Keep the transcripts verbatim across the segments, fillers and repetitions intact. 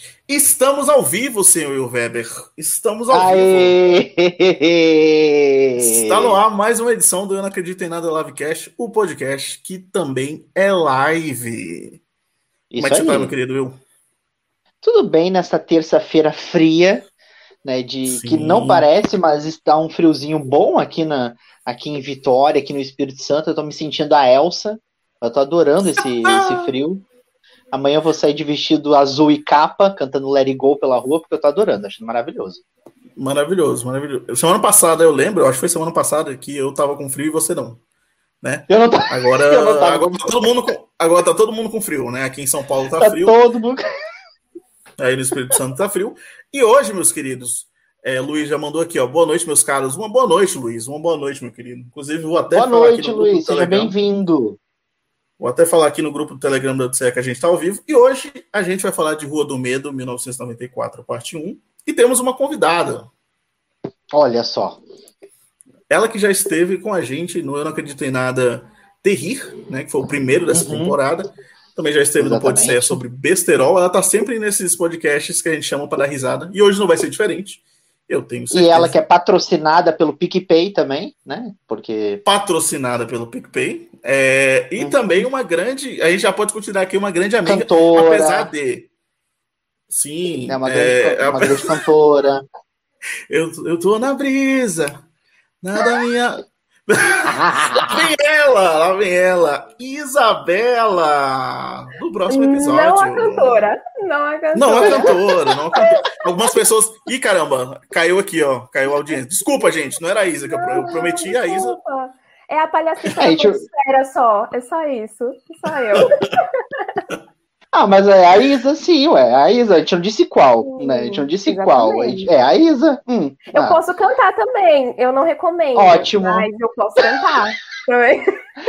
Estamos ao vivo, senhor Will Weber. Estamos ao Aê! vivo. Está no ar mais uma edição do Eu Não Acredito em Nada Livecast, o podcast que também é live. Isso Como é que aí. você tá, meu querido Will? Tudo bem nessa terça-feira fria, né? De Sim. que não parece, mas está um friozinho bom aqui na aqui em Vitória, aqui no Espírito Santo. Eu tô me sentindo a Elsa. Eu tô adorando esse, esse frio. Amanhã eu vou sair de vestido azul e capa, cantando Let It Go pela rua, porque eu tô adorando, achando maravilhoso. Maravilhoso, maravilhoso. Semana passada, eu lembro, eu acho que foi semana passada, que eu tava com frio e você não. Né? Eu não tô... Agora, eu não tava... agora, tá todo mundo com, agora tá todo mundo com frio, né? Aqui em São Paulo tá, tá frio. Todo mundo... Aí no Espírito Santo tá frio. E hoje, meus queridos, é, Luiz já mandou aqui, ó. Boa noite, meus caros. Uma boa noite, Luiz. Uma boa noite, meu querido. Inclusive, vou até boa falar noite, aqui no Luiz. grupo do Seja Telegram. bem-vindo. Vou até falar aqui no grupo do Telegram da Odisseia que a gente está ao vivo. E hoje a gente vai falar de Rua do Medo, mil novecentos e noventa e quatro, parte um. E temos uma convidada. Olha só. Ela que já esteve com a gente no Eu Não Acredito em Nada Terrir, né, que foi o primeiro dessa uhum. temporada. Também já esteve Exatamente. no Podisseia sobre besterol. Ela está sempre nesses podcasts que a gente chama para dar risada. E hoje não vai ser diferente. Eu tenho certeza. E ela que é patrocinada pelo PicPay também, né? Porque... Patrocinada pelo PicPay. É, e uhum. também uma grande... A gente já pode considerar aqui uma grande amiga. Cantora. Apesar de... Sim. É uma, é, grande, uma grande cantora. Eu, eu tô na brisa. Nada minha... Lá vem ela, lá vem ela, Isabela, do próximo episódio. Não a cantora, não a cantora. Não a cantora, não a cantora. Algumas pessoas... Ih, caramba, caiu aqui, ó, caiu a audiência. Desculpa, gente, não era a Isa que eu, eu prometi, a Isa... É a palhacinha é, da esfera só, é só isso, só eu. Ah, mas é a Isa, sim, ué. A Isa, a gente não disse qual, hum, né? A gente não disse exatamente. qual. A gente, é a Isa. Hum, eu ah. posso cantar também, eu não recomendo. Ótimo. Mas eu posso cantar também.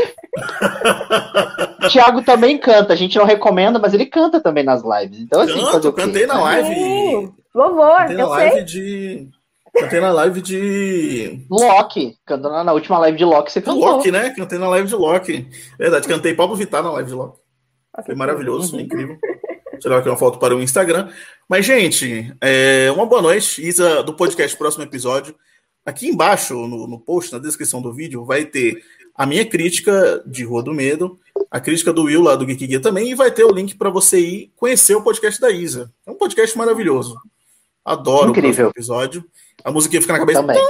Thiago também canta, a gente não recomenda, mas ele canta também nas lives. Então, assim, Canto, fazer o cantei na live. Sim, louvor, cantei na eu live sei. de. Cantei na live de. Loki, cantando na última live de Loki, você cantou. Loki, né? Cantei na live de Loki. Verdade, cantei Pablo Vittar na live de Loki. Foi maravilhoso, foi incrível. Tirar aqui uma foto para o Instagram. Mas, gente, é, uma boa noite. Isa, do podcast Próximo Episódio. Aqui embaixo, no, no post, na descrição do vídeo, vai ter a minha crítica de Rua do Medo, a crítica do Will lá do Geek Guia também, e vai ter o link para você ir conhecer o podcast da Isa. É um podcast maravilhoso. Adoro incrível. o próximo episódio. A musiquinha fica na cabeça. Também.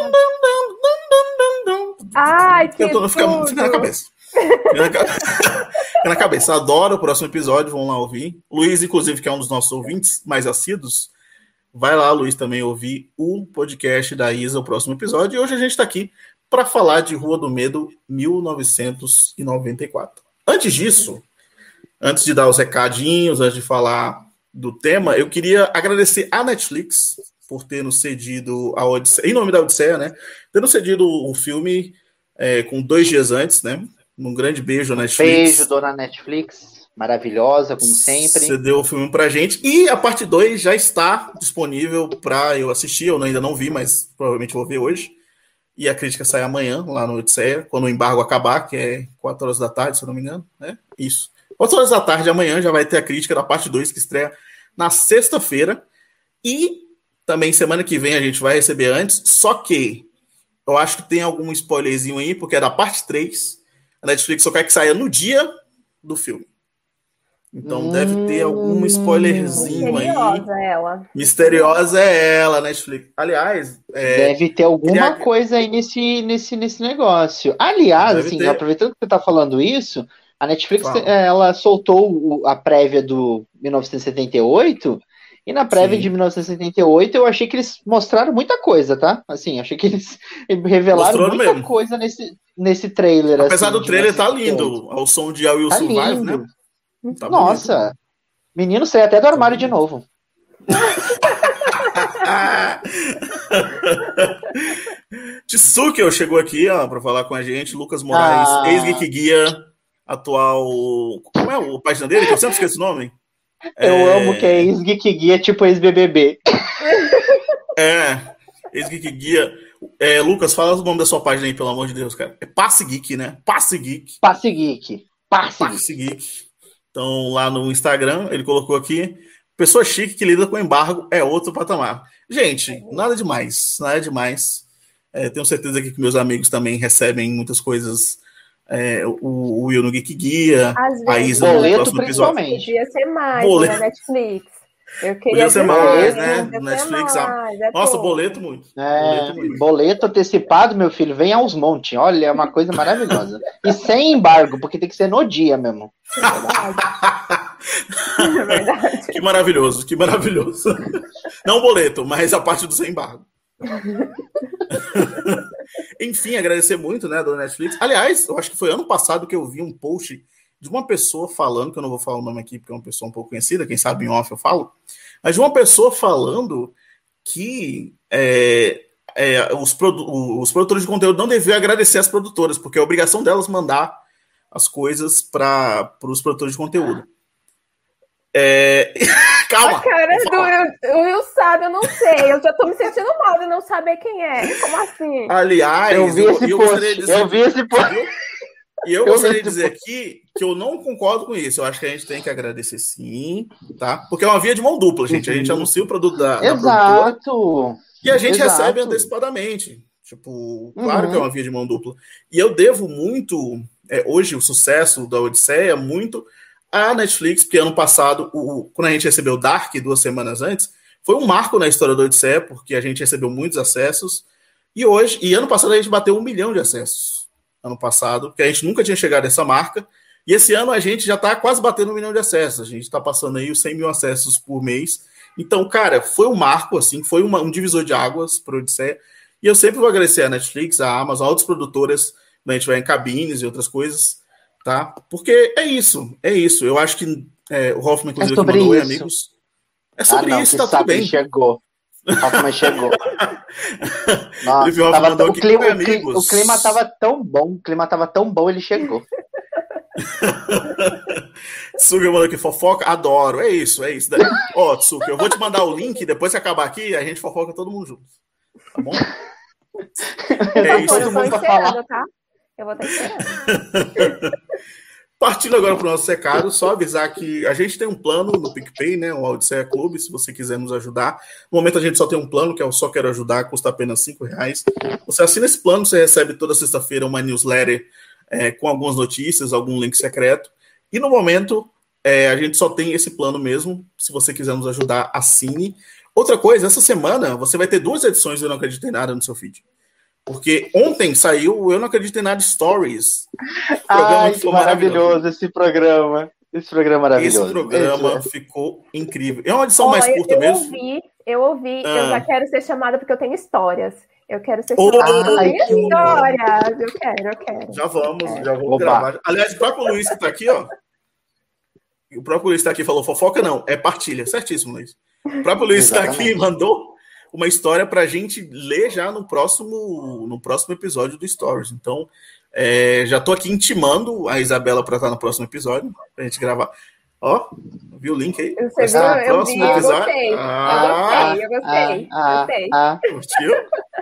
Ai, que tô, fica, fica na cabeça. Fica na cabeça. Adoro o próximo episódio, vão lá ouvir. Luiz, inclusive, que é um dos nossos ouvintes mais assíduos, vai lá, Luiz, também ouvir o podcast da Isa, o próximo episódio. E hoje a gente está aqui para falar de Rua do Medo, mil novecentos e noventa e quatro. Antes disso, antes de dar os recadinhos, antes de falar do tema, eu queria agradecer à Netflix por ter nos cedido a Odisseia, em nome da Odisseia, né? Ter nos cedido o filme é, com dois dias antes, né? Um grande beijo à Netflix. Beijo, dona Netflix. Maravilhosa, como sempre. Você deu o filme pra gente. E a parte dois já está disponível para eu assistir. Eu ainda não vi, mas provavelmente vou ver hoje. E a crítica sai amanhã, lá no Odisseia, quando o embargo acabar, que é quatro horas da tarde, se eu não me engano. É isso. quatro horas da tarde amanhã já vai ter a crítica da parte dois, que estreia na sexta-feira. E também semana que vem a gente vai receber antes. Só que eu acho que tem algum spoilerzinho aí, porque é da parte três. A Netflix só quer que saia no dia do filme. Então hum, deve ter algum spoilerzinho misteriosa aí. Misteriosa ela. Misteriosa é ela, Netflix. Aliás... É, deve ter alguma queria... coisa aí nesse, nesse, nesse negócio. Aliás, deve assim, ter... aproveitando que você está falando isso, a Netflix ela soltou a prévia do mil novecentos e setenta e oito... E na prévia Sim. de mil novecentos e setenta e oito, eu achei que eles mostraram muita coisa, tá? Assim, achei que eles revelaram Mostrou muita mesmo. coisa nesse, nesse trailer. Apesar assim, do trailer tá lindo, ao som de I Will tá Survive, lindo. né? Tá Nossa, bonito. Menino, sai até do armário de novo. Tsuki chegou aqui, ó, pra falar com a gente. Lucas Moraes, ah. ex-Geek Guia, atual... Como é a página dele? Que eu sempre esqueço o nome. Eu é... amo que é ex-Geek Guia, tipo ex-B B B. É, ex-Geek Guia. É, Lucas, fala o nome da sua página aí, pelo amor de Deus, cara. É Passe Geek, né? Passe Geek. Passe Geek. Passe, Passe Geek. Então, lá no Instagram, ele colocou aqui, Pessoa chique que lida com embargo é outro patamar. Gente, nada demais, nada demais. É, tenho certeza que meus amigos também recebem muitas coisas. É, o, o Will no Geek Guia, a Isa no boleto, próximo episódio. Podia ser mais boleto. na Netflix. Eu queria Podia ser mais, né? Podia Netflix. ser mais, é Nossa, pouco. boleto muito. É, boleto muito. Boleto antecipado, meu filho, vem aos montes. Olha, é uma coisa maravilhosa. E sem embargo, porque tem que ser no dia mesmo. É verdade. Que maravilhoso, que maravilhoso. Não o boleto, mas a parte do sem embargo. Enfim, agradecer muito, né, da Netflix. Aliás, eu acho que foi ano passado que eu vi um post de uma pessoa falando, que eu não vou falar o nome aqui porque é uma pessoa um pouco conhecida, quem sabe em off eu falo, mas de uma pessoa falando que é, é, os, produ- os produtores de conteúdo não deviam agradecer as produtoras, porque é a obrigação delas mandar as coisas para os produtores de conteúdo. É... Calma! A cara do o Will sabe, eu não sei. Eu já tô me sentindo mal de não saber quem é. Como assim? Aliás, eu vi eu, esse eu post. gostaria de dizer... Eu vi esse post. E eu, eu gostaria de dizer post. aqui que eu não concordo com isso. Eu acho que a gente tem que agradecer sim, tá? Porque é uma via de mão dupla, gente. A gente anuncia o produto da, da Exato. produtora e a gente Exato. recebe antecipadamente. Tipo, claro uhum. que é uma via de mão dupla. E eu devo muito, é, hoje, o sucesso da Odisseia, muito à Netflix, porque ano passado, o, quando a gente recebeu Dark, duas semanas antes, foi um marco na história da Odisseia, porque a gente recebeu muitos acessos. E hoje, e ano passado a gente bateu um milhão de acessos. Ano passado, porque a gente nunca tinha chegado a essa marca. E esse ano a gente já está quase batendo um milhão de acessos. A gente está passando aí os cem mil acessos por mês. Então, cara, foi um marco, assim, foi uma, um divisor de águas para o Odisseia. E eu sempre vou agradecer a Netflix, a Amazon, a outras produtoras, quando a gente vai em cabines e outras coisas, tá? Porque é isso, é isso. Eu acho que é, o Hoffman, inclusive, é que mandou, isso. é amigos. É sobre ah, não, isso, tá tudo bem. Chegou. Hoffman chegou. Nossa, Hoffman tava mandou tão, aqui, o, clima, é o, clima, o clima tava tão bom, o clima tava tão bom, ele chegou. Tsuki mandou aqui, fofoca, adoro, é isso, é isso. Ó, oh, Tsuki, eu vou te mandar o link, depois que acabar aqui, a gente fofoca todo mundo junto. Tá bom? É isso. Eu tô esperando, tá? Eu vou estar esperando. Partindo agora para o nosso recado, só avisar que a gente tem um plano no PicPay, né? O Odisseia Clube, se você quiser nos ajudar. No momento a gente só tem um plano, que é o Só Quero Ajudar, custa apenas cinco reais. Você assina esse plano, você recebe toda sexta-feira uma newsletter é, com algumas notícias, algum link secreto. E no momento, é, a gente só tem esse plano mesmo. Se você quiser nos ajudar, assine. Outra coisa, essa semana você vai ter duas edições do Eu Não Acredito em Nada no seu feed. Porque ontem saiu o Eu Não Acredito em Nada Stories. Ai, que maravilhoso esse programa. Esse programa maravilhoso. Esse programa esse... ficou incrível. É uma edição oh, mais curta eu mesmo. Ouvi, eu ouvi, ah. eu já quero ser chamada porque eu tenho histórias. Eu quero ser oh, chamada. Ai, que histórias. Eu quero, eu quero. Já vamos, quero. já vou gravar. Aliás, o próprio Luiz que tá aqui, ó. O próprio Luiz que tá aqui falou, fofoca não, é partilha. Certíssimo, Luiz. O próprio Luiz que tá aqui mandou uma história pra gente ler já no próximo, no próximo episódio do Stories. Então, é, já tô aqui intimando a Isabela para estar no próximo episódio, pra gente gravar. Ó, viu o link aí? Você viu? No eu próximo vi, episódio. eu gostei. Ah, eu gostei, eu gostei. Ah, gostei. Ah, Curtiu?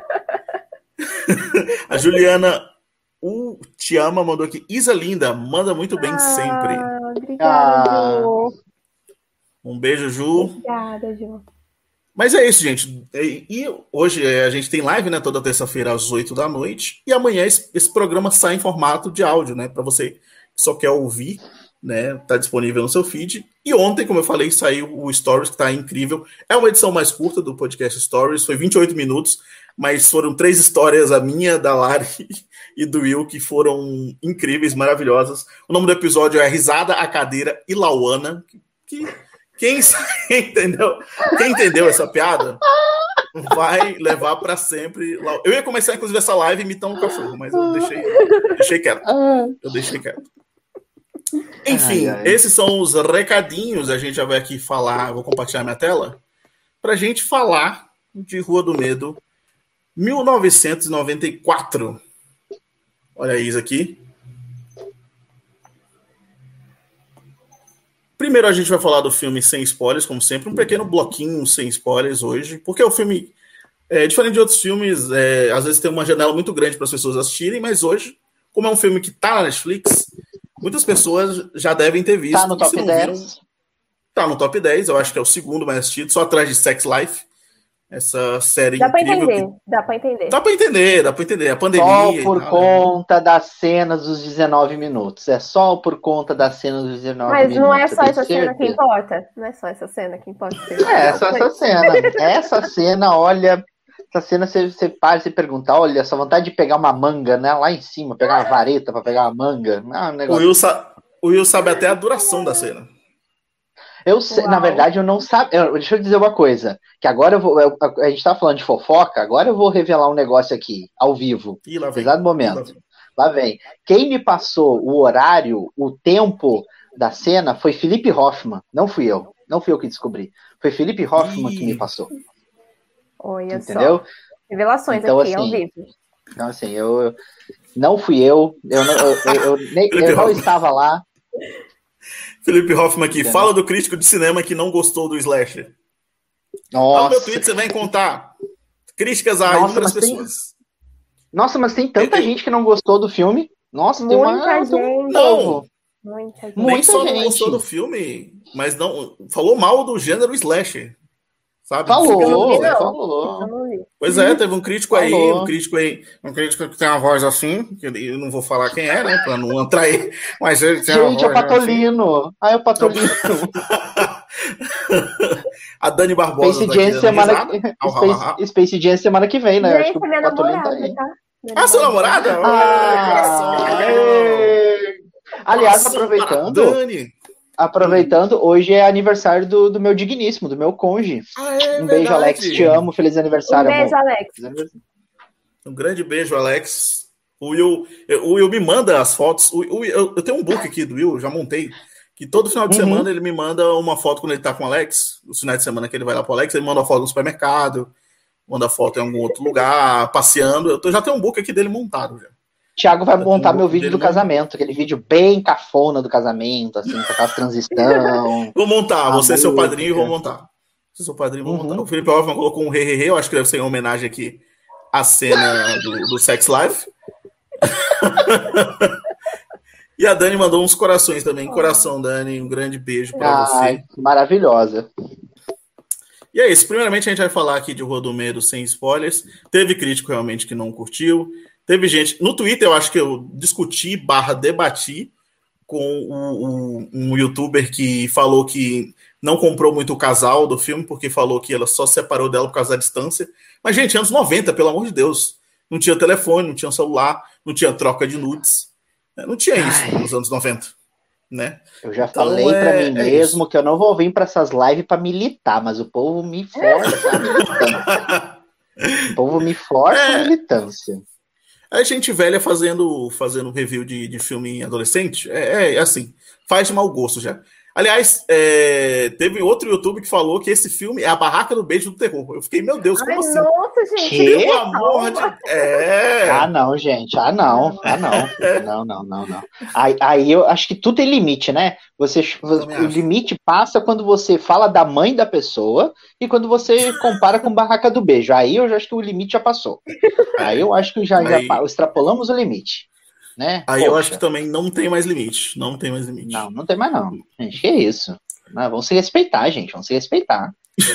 A Juliana o Te Ama mandou aqui. Isa linda, manda muito bem ah, sempre. Obrigada, ah. Ju. Um beijo, Ju. Obrigada, Ju. Mas é isso, gente. E hoje a gente tem live, né? Toda terça-feira às oito da noite. E amanhã esse, esse programa sai em formato de áudio, né? Para você que só quer ouvir, né? Tá disponível no seu feed. E ontem, como eu falei, saiu o Stories, que tá incrível. É uma edição mais curta do podcast Stories. Foi vinte e oito minutos, mas foram três histórias, a minha, da Lari e do Will, que foram incríveis, maravilhosas. O nome do episódio é Risada, a Cadeira e Lauana, que... Quem entendeu? Quem entendeu essa piada vai levar para sempre. Eu ia começar, inclusive, essa live imitando um cachorro, mas eu deixei, deixei quieto. Eu deixei quieto. Enfim, ai, ai. Esses são os recadinhos. A gente já vai aqui falar. Vou compartilhar minha tela para a gente falar de Rua do Medo, mil novecentos e noventa e quatro. Olha isso aqui. Primeiro a gente vai falar do filme sem spoilers, como sempre, um pequeno bloquinho sem spoilers hoje, porque o filme, é, diferente de outros filmes, é, às vezes tem uma janela muito grande para as pessoas assistirem, mas hoje, como é um filme que está na Netflix, muitas pessoas já devem ter visto. Tá no top se não dez. Viram, tá no top dez, eu acho que é o segundo mais assistido, só atrás de Sex Life. Essa série dá incrível. Dá pra entender, que... dá pra entender. Dá pra entender, dá pra entender. A pandemia. Só por tal, conta né? das cenas dos dezenove minutos. É só por conta das cenas dos dezenove Mas minutos. Mas não é só essa certeza. cena que importa? Não é só essa cena que importa? É, só essa cena. Essa cena, olha... Essa cena, você, você para e se pergunta, olha, essa vontade de pegar uma manga, né? Lá em cima, pegar uma vareta pra pegar uma manga. Ah, um negócio... o, Will sa... o Will sabe até a duração da cena. Eu sei, na verdade, eu não sabia. Deixa eu dizer uma coisa. Que agora eu vou. Eu, a gente tá falando de fofoca, agora eu vou revelar um negócio aqui, ao vivo. Ih, lá vem. Exato momento. Lá vem. lá vem. Quem me passou o horário, o tempo da cena foi Felipe Hoffman. Não fui eu. Não fui eu que descobri. Foi Felipe Hoffman Ih. que me passou. Olha Entendeu? Só. Revelações então, aqui, assim, ao vivo. Então, assim, eu. Não fui eu. Eu não, eu, eu, eu, nem, eu não estava lá. Felipe Hoffman aqui, fala do crítico de cinema que não gostou do slasher. Nossa. No meu Twitter você vai contar críticas a inúmeras pessoas. Tem... Nossa, mas tem tanta é, gente que não gostou do filme. Nossa, muita tem uma... gente. Não, muita gente. Nem só não gostou do filme, mas não falou mal do gênero slasher. Sabe? Falou, falou. Pois é, teve um crítico aí, falou. um crítico aí, um crítico que tem uma voz assim, que eu não vou falar quem é, né, pra não atrair, mas ele tem Gente, uma voz é Patolino. Assim. Ah, é o Patolino. A Dani Barbosa. Space Jam semana que... Space, Space Jam semana que vem, né? Gente, acho que o minha Patolino namorada, tá aí. tá? Ah, sua namorada? Ah, Aliás, coração, aproveitando... Dani. Aproveitando, hoje é aniversário do, do meu digníssimo, do meu conge. Ah, é, um verdade. beijo, Alex. Te amo. Feliz aniversário, Um beijo, amor. Alex. Um grande beijo, Alex. O Will, o Will me manda as fotos. O, o, eu, eu tenho um book aqui do Will, já montei. Que todo final de uhum. semana ele me manda uma foto quando ele tá com o Alex. Os finais de semana que ele vai lá pro Alex, ele manda uma foto no supermercado, manda foto em algum outro lugar, passeando. Eu tô, já tenho um book aqui dele montado já. Thiago vai montar meu vídeo do casamento, aquele vídeo bem cafona do casamento, assim, com aquela transição. Vou montar, você é seu padrinho e vou montar. Você é seu padrinho, vou uhum. montar. O Felipe Hoffman colocou um hehehe, eu acho que deve ser em homenagem aqui à cena do, do Sex Life. E a Dani mandou uns corações também. Coração, Dani, um grande beijo pra Ai, você. Maravilhosa. E é isso, primeiramente a gente vai falar aqui de Rua do Medo sem spoilers. Teve crítico realmente que não curtiu. Teve gente... No Twitter eu acho que eu discuti barra debati com o, o, um youtuber que falou que não comprou muito o casal do filme, porque falou que ela só se separou dela por causa da distância. Mas, gente, anos noventa, pelo amor de Deus. Não tinha telefone, não tinha celular, não tinha troca de nudes. Não tinha isso Ai. nos anos noventa. Né? Eu já então, falei é, pra mim é mesmo isso. que eu não vou vir pra essas lives pra militar, mas o povo me força a militância. O povo me força é. a militância. A gente velha fazendo, fazendo review de, de filme adolescente, é, é assim, faz de mau gosto já. Aliás, é, teve outro YouTube que falou que esse filme é a Barraca do Beijo do Terror. Eu fiquei, meu Deus, como Ai, assim? Nossa, gente. Que? Pelo amor de... É. Ah, não, gente. Ah, não. Ah, não. Não, não, não, não. Aí, aí eu acho que tudo tem limite, né? Você, o limite passa quando você fala da mãe da pessoa e quando você compara com Barraca do Beijo. Aí eu já acho que o limite já passou. Aí eu acho que já, já aí... extrapolamos o limite. Né? Aí Poxa. eu acho que também não tem mais limite. Não tem mais limite. Não, não tem mais não. Gente, que isso? Não, vamos se respeitar, gente. Vamos se respeitar.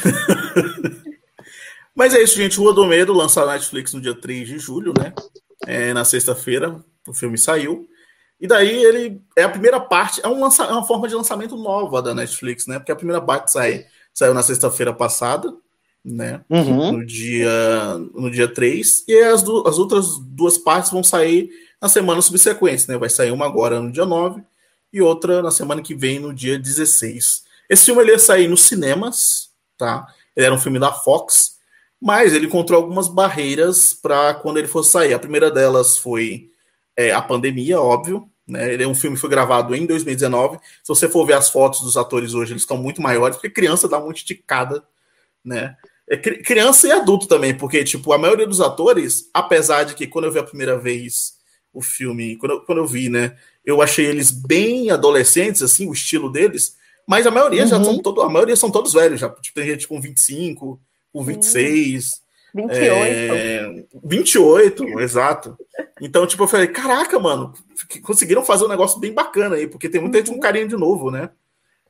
Mas é isso, gente. Rua do Medo, lançado na Netflix no dia três de julho, né? É, na sexta-feira, o filme saiu. E daí ele é a primeira parte, é, um lança, é uma forma de lançamento nova da Netflix, né? Porque a primeira parte sai, saiu na sexta-feira passada, né? Uhum. No dia no dia três. E as, du- as outras duas partes vão sair nas semanas subsequentes, né? Vai sair uma agora no dia nove e outra na semana que vem, no dia dezesseis. Esse filme ele ia sair nos cinemas, tá? Ele era um filme da Fox, mas ele encontrou algumas barreiras para quando ele fosse sair. A primeira delas foi é, a pandemia, óbvio, né? Ele é um filme que foi gravado em dois mil e dezenove. Se você for ver as fotos dos atores hoje, eles estão muito maiores, porque criança dá muito esticada, né? É, criança e adulto também, porque tipo, a maioria dos atores, apesar de que quando eu vi a primeira vez o filme, quando eu, quando eu vi, né, eu achei eles bem adolescentes, assim, o estilo deles, mas a maioria uhum. já são todos, a maioria são todos velhos já, tipo, tem gente com vinte e cinco, com vinte e seis, vinte e oito. É, vinte e oito, exato. Então, tipo, eu falei, caraca, mano, conseguiram fazer um negócio bem bacana aí, porque tem muita uhum. gente com carinho de novo, né?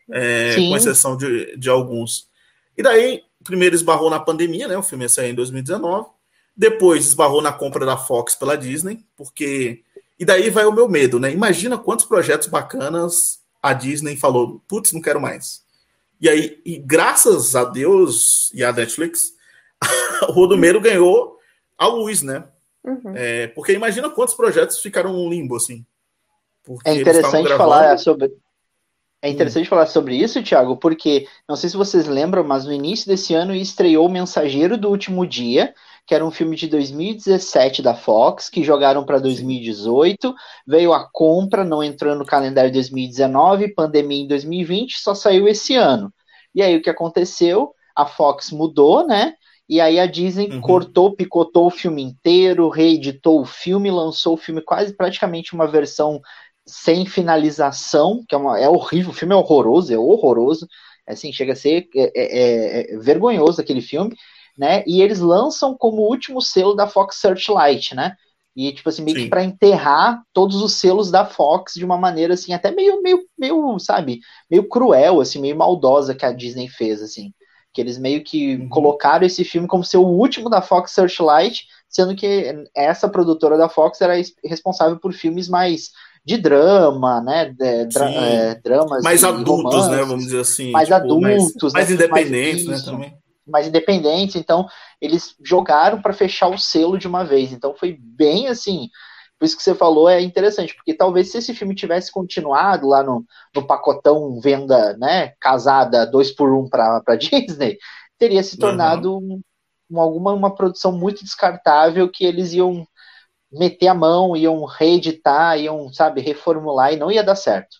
é, com exceção de, de alguns. E daí, primeiro esbarrou na pandemia, né? O filme ia sair em dois mil e dezenove. Depois esbarrou na compra da Fox pela Disney, porque... E daí vai o meu medo, né? Imagina quantos projetos bacanas a Disney falou, putz, não quero mais. E aí, e graças a Deus e a Netflix, o Rodomeiro ganhou a luz, né? Uhum. É, porque imagina quantos projetos ficaram no limbo, assim. Porque é interessante falar sobre... É interessante hum. falar sobre isso, Thiago, porque, não sei se vocês lembram, mas no início desse ano estreou O Mensageiro do Último Dia, que era um filme de dois mil e dezessete da Fox, que jogaram para dois mil e dezoito, Sim. veio a compra, não entrou no calendário dois mil e dezenove, pandemia em dois mil e vinte, só saiu esse ano. E aí o que aconteceu? A Fox mudou, né? E aí a Disney uhum. cortou, picotou o filme inteiro, reeditou o filme, lançou o filme quase praticamente uma versão sem finalização, que é, uma, é horrível, o filme é horroroso, é horroroso, assim, chega a ser é, é, é vergonhoso aquele filme, né, e eles lançam como último selo da Fox Searchlight, né, e tipo assim, meio Sim. que para enterrar todos os selos da Fox de uma maneira assim, até meio, meio, meio, sabe, meio cruel, assim, meio maldosa que a Disney fez, assim, que eles meio que uhum. colocaram esse filme como ser o último da Fox Searchlight, sendo que essa produtora da Fox era responsável por filmes mais de drama, né, de, dra, é, dramas mais adultos, romances, né, vamos dizer assim, mais tipo, adultos, mais, né, mais independentes, mais, né, também. Mais independentes, então eles jogaram para fechar o selo de uma vez, então foi bem assim, por isso que você falou é interessante, porque talvez se esse filme tivesse continuado lá no, no pacotão venda, né, casada dois por um para Disney, teria se tornado uhum. um, alguma uma produção muito descartável que eles iam meter a mão, iam reeditar, iam, sabe, reformular e não ia dar certo.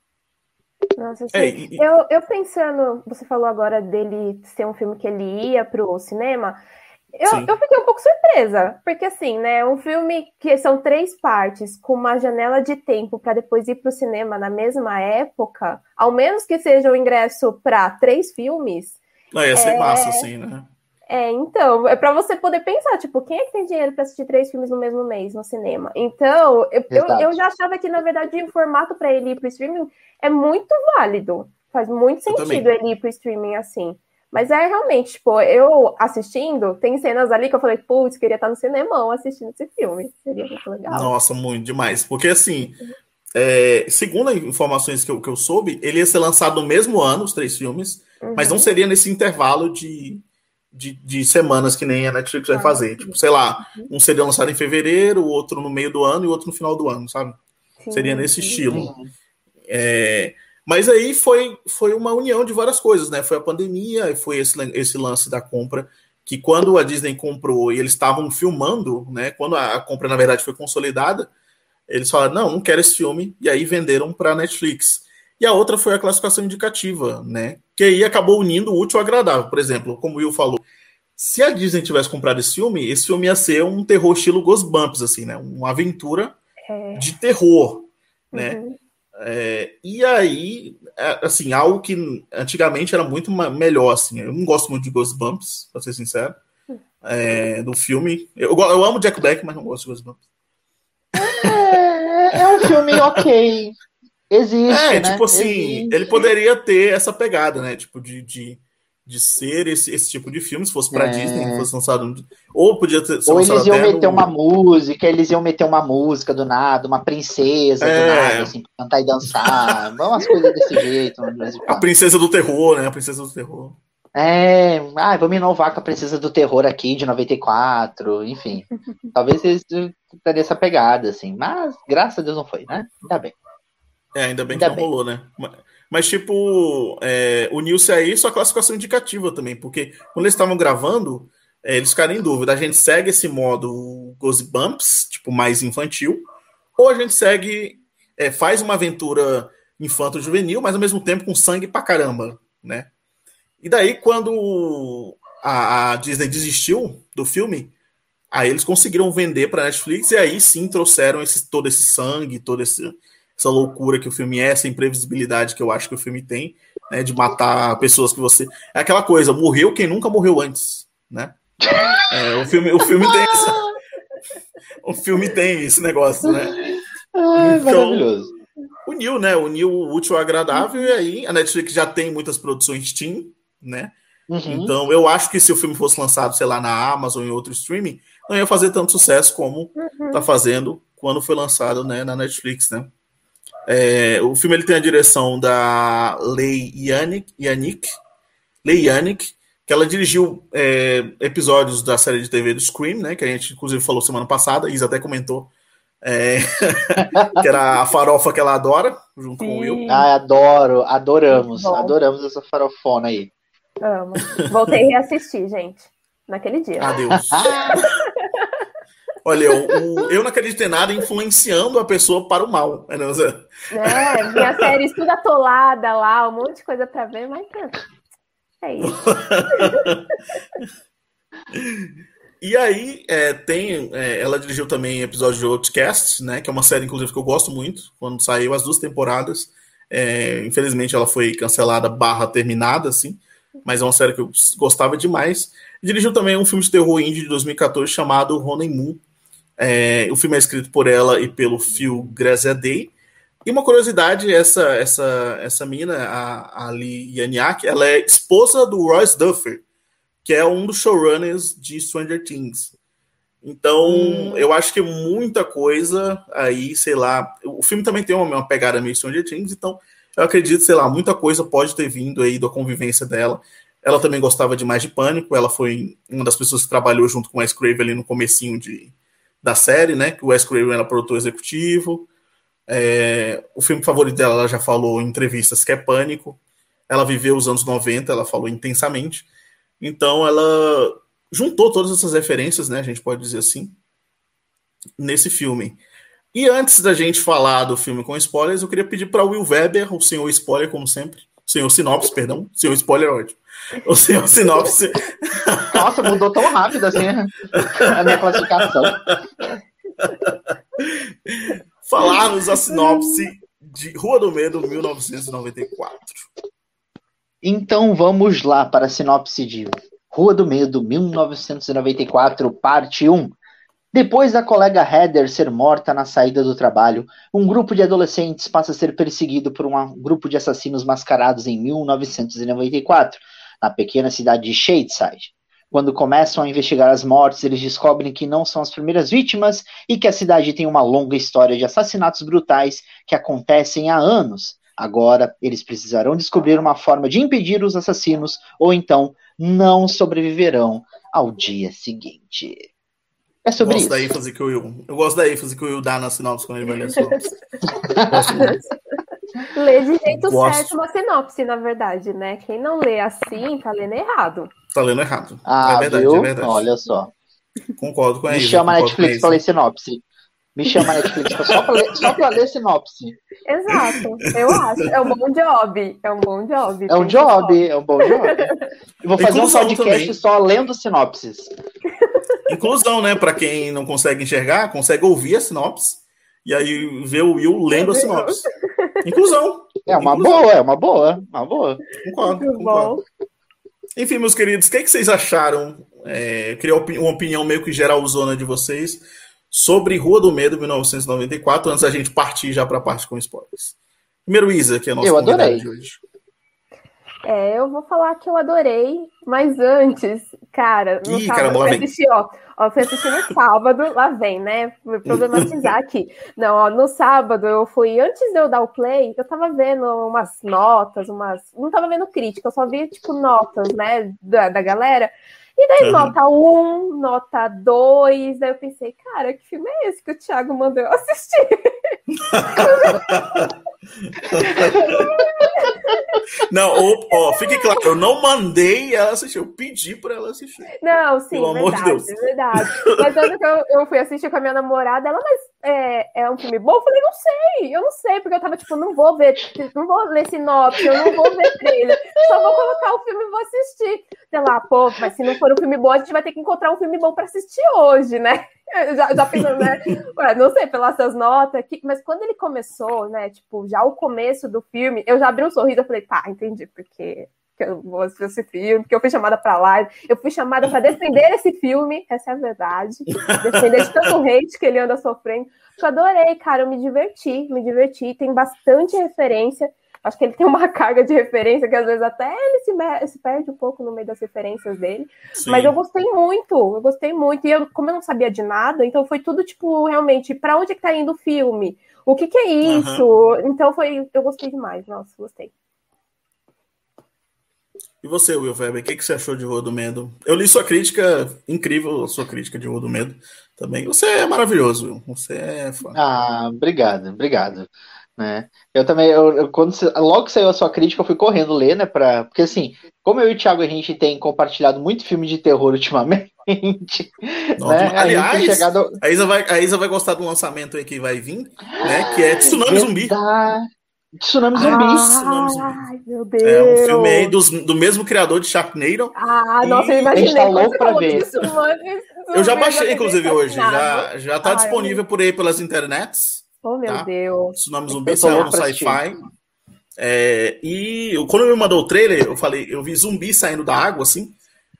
Nossa, assim, é, e... eu, eu pensando, você falou agora dele ser um filme que ele ia pro cinema, eu, eu fiquei um pouco surpresa, porque assim, né, um filme que são três partes, com uma janela de tempo para depois ir pro cinema na mesma época, ao menos que seja o ingresso para três filmes... Não, ia ser é... massa, assim, né? É, então, é pra você poder pensar, tipo, quem é que tem dinheiro pra assistir três filmes no mesmo mês no cinema? Então, eu, eu, eu já achava que, na verdade, o formato pra ele ir pro streaming é muito válido. Faz muito sentido ele ir pro streaming assim. Mas é realmente, tipo, eu assistindo, tem cenas ali que eu falei, putz, queria estar no cinemão assistindo esse filme. Seria muito legal. Nossa, muito demais. Porque, assim, é, segundo as informações que eu, que eu soube, ele ia ser lançado no mesmo ano, os três filmes, uhum. mas não seria nesse intervalo de... De, de semanas que nem a Netflix vai fazer. Ah, tipo, sei lá, um seria lançado em fevereiro, o outro no meio do ano e o outro no final do ano, sabe? Sim, seria nesse sim, estilo. Sim. É, mas aí foi, foi uma união de várias coisas, né? Foi a pandemia, foi esse, esse lance da compra, que quando a Disney comprou e eles estavam filmando, né? Quando a, a compra, na verdade, foi consolidada, eles falaram, não, não quero esse filme, e aí venderam para a Netflix. E a outra foi a classificação indicativa, né? Que aí acabou unindo o útil ao agradável. Por exemplo, como o Will falou, se a Disney tivesse comprado esse filme, esse filme ia ser um terror estilo Ghostbumps, assim, né? Uma aventura é. de terror, né? Uhum. É, e aí, assim, algo que antigamente era muito melhor, assim. Eu não gosto muito de Ghostbumps, pra ser sincero, é, do filme. Eu, eu amo Jack Black, mas não gosto de Ghostbumps. É, é um filme ok. Existe, é, né? tipo assim, Existe. Ele poderia ter essa pegada, né? Tipo, de, de, de ser esse, esse tipo de filme, se fosse pra é. Disney, fosse lançado. Ou podia ter Ou eles iam meter no... uma música, eles iam meter uma música do nada, uma princesa é. do nada, assim, pra cantar e dançar. Umas coisas desse jeito. A princesa do terror, né? A princesa do terror. É, ah, vamos inovar com a princesa do terror aqui de noventa e quatro, enfim. Talvez eles teriam essa pegada, assim. Mas, graças a Deus, não foi, né? Ainda bem. É, ainda bem ainda que não bem. rolou, né? Mas, mas tipo, é, uniu-se aí sua classificação indicativa também, porque quando eles estavam gravando, é, eles ficaram em dúvida. A gente segue esse modo Ghostbumps, tipo, mais infantil, ou a gente segue, é, faz uma aventura infanto-juvenil, mas ao mesmo tempo com sangue pra caramba, né? E daí, quando a, a Disney desistiu do filme, aí eles conseguiram vender pra Netflix, e aí sim trouxeram esse, todo esse sangue, toda esse... essa loucura que o filme é, essa imprevisibilidade que eu acho que o filme tem, né, de matar pessoas que você... É aquela coisa, morreu quem nunca morreu antes, né? É, o, filme, o filme tem essa... o filme tem esse negócio, né? Ai, então, maravilhoso. uniu, né? Uniu o útil ao agradável, uhum. E aí a Netflix já tem muitas produções Teen, né? Uhum. Então eu acho que se o filme fosse lançado, sei lá, na Amazon ou em outro streaming, não ia fazer tanto sucesso como uhum. tá fazendo quando foi lançado, né, na Netflix, né? É, o filme ele tem a direção da Leigh Yannick, Yannick, Leigh Yannick, que ela dirigiu é, episódios da série de T V do Scream, né? Que a gente inclusive falou semana passada, a Isa até comentou. É, que era a farofa que ela adora, junto Sim. com o Will. Ah, adoro, adoramos, adoramos essa farofona aí. Amo. Voltei a reassistir, gente, naquele dia. Adeus. Olha, eu, eu não acredito em nada influenciando a pessoa para o mal. É, minha série tudo atolada lá, um monte de coisa pra ver, mas é isso. E aí, é, tem, é, ela dirigiu também episódio de Outcast, né, que é uma série, inclusive, que eu gosto muito, quando saiu as duas temporadas. É, infelizmente, ela foi cancelada barra terminada, assim, mas é uma série que eu gostava demais. Dirigiu também um filme de terror indie de dois mil e catorze chamado Honeymoon. É, o filme é escrito por ela e pelo Phil Graziadei. E uma curiosidade, essa, essa, essa mina, a, a Leigh Yannick, ela é esposa do Royce Duffer, que é um dos showrunners de Stranger Things. Então, hum. eu acho que muita coisa aí, sei lá... O filme também tem uma, uma pegada meio Stranger Things, então eu acredito, sei lá, muita coisa pode ter vindo aí da convivência dela. Ela também gostava demais de Pânico, ela foi uma das pessoas que trabalhou junto com o Wes Craven ali no comecinho de, da série, né? Que o Wes Craven era produtor executivo. É, o filme favorito dela, ela já falou em entrevistas, que é Pânico. Ela viveu os anos noventa, ela falou intensamente. Então, ela juntou todas essas referências, né, a gente pode dizer assim, nesse filme. E antes da gente falar do filme com spoilers, eu queria pedir para o Will Weber, o senhor spoiler, como sempre, o senhor sinopse, perdão, o senhor spoiler é ótimo, o senhor sinopse... Nossa, mudou tão rápido assim a minha classificação. Falar-nos a sinopse de Rua do Medo, mil novecentos e noventa e quatro. Então vamos lá para a sinopse de Rua do Medo, mil novecentos e noventa e quatro, parte um. Depois da colega Heather ser morta na saída do trabalho, um grupo de adolescentes passa a ser perseguido por um grupo de assassinos mascarados em mil novecentos e noventa e quatro, na pequena cidade de Shadeside. Quando começam a investigar as mortes, eles descobrem que não são as primeiras vítimas e que a cidade tem uma longa história de assassinatos brutais que acontecem há anos. Agora, eles precisarão descobrir uma forma de impedir os assassinos, ou então não sobreviverão ao dia seguinte. É sobre gosto isso. Da ênfase que o Will, eu gosto da ênfase que o Will dá na sinopse quando ele vai ler a sinopse. Gosto muito. Lê de jeito gosto. Certo uma sinopse, na verdade, né? Quem não lê assim, tá lendo errado. Tá lendo errado. Ah, é verdade, viu? É verdade. Olha só. Concordo com a Me Isa, chama a Netflix Netflix pra ler sinopse. Me chama a Netflix só pra ler, só pra ler sinopse. Exato, eu acho. É um bom job. É um bom job. É um job, é um bom job. Eu vou fazer Inclusão um podcast também. Só lendo sinopses. Inclusão, né? Pra quem não consegue enxergar, consegue ouvir a sinopse e aí ver o Will lendo a sinopse. Inclusão. É uma Inclusão. boa, é uma boa. Uma boa. Concordo, Muito concordo. Bom. Enfim, meus queridos, o que, é que vocês acharam? É, eu queria uma opinião meio que geralzona de vocês sobre Rua do Medo, mil novecentos e noventa e quatro, antes da gente partir já para a parte com spoilers. Primeiro, Isa, que é a nossa convidada de hoje. É, eu vou falar que eu adorei, mas antes, cara, no Ih, sábado caramba, eu fui assistir, ó, ó, eu fui assistir no sábado, lá vem, né, vou problematizar aqui. Não, ó, no sábado eu fui, antes de eu dar o play, eu tava vendo umas notas, umas, não tava vendo crítica, eu só vi, tipo, notas, né, da, da galera. E daí, uhum. nota um, nota dois, daí eu pensei, cara, que filme é esse que o Thiago mandou eu assistir? Não, ó, ó, fique claro, eu não mandei ela assistir, eu pedi pra ela assistir. Não, sim, Pelo verdade, amor de Deus. verdade. Mas quando eu, eu fui assistir com a minha namorada, ela, mas é, é um filme bom? Eu falei, não sei, eu não sei, porque eu tava tipo, não vou ver, não vou ler sinopse, eu não vou ver trailer, só vou colocar o filme e vou assistir. Sei lá, pô, mas se não for um filme bom, a gente vai ter que encontrar um filme bom pra assistir hoje, né? Já, já pensando, né? Ué, não sei, pelas suas notas aqui, mas quando ele começou, né? Tipo, já o começo do filme, eu já abri um sorriso, eu falei, tá, entendi, porque que eu vou assistir esse filme, que eu fui chamada pra live, eu fui chamada para defender esse filme, essa é a verdade, defender de tanto hate que ele anda sofrendo. Eu adorei, cara, eu me diverti, me diverti, tem bastante referência, acho que ele tem uma carga de referência que às vezes até ele se, me- se perde um pouco no meio das referências dele, Sim. mas eu gostei muito, eu gostei muito, e eu, como eu não sabia de nada, então foi tudo, tipo, realmente, pra onde é que tá indo o filme? O que que é isso? Uhum. Então foi, eu gostei demais, nossa, gostei. E você, Will Weber, o que, que você achou de Rua do Medo? Eu li sua crítica, incrível a sua crítica de Rua do Medo também. Você é maravilhoso, Will. Você é fã. Ah, obrigado, obrigado. Né? Eu também, eu, eu, quando logo que saiu a sua crítica, eu fui correndo ler, né? Pra, porque assim, como eu e o Thiago, a gente tem compartilhado muito filme de terror ultimamente. Nossa, né? Aliás, a, chegado... a, Isa vai, a Isa vai gostar do lançamento aí que vai vir, né? Que é Tsunami Zumbi. Tsunami Zumbi. Tsunami Zumbi. Ai, meu Deus. É um filme aí dos, do mesmo criador de Sharknado. Ah, e... nossa, eu imaginei. Tá louco pra ver. Tsunami, eu já baixei, inclusive, hoje. Já, já tá Ai, disponível por aí pelas internets. Oh, meu tá? Deus. Tsunami Zumbi saiu no Sci-Fi. É, e quando me mandou o trailer, eu falei, eu vi zumbi saindo da água, assim,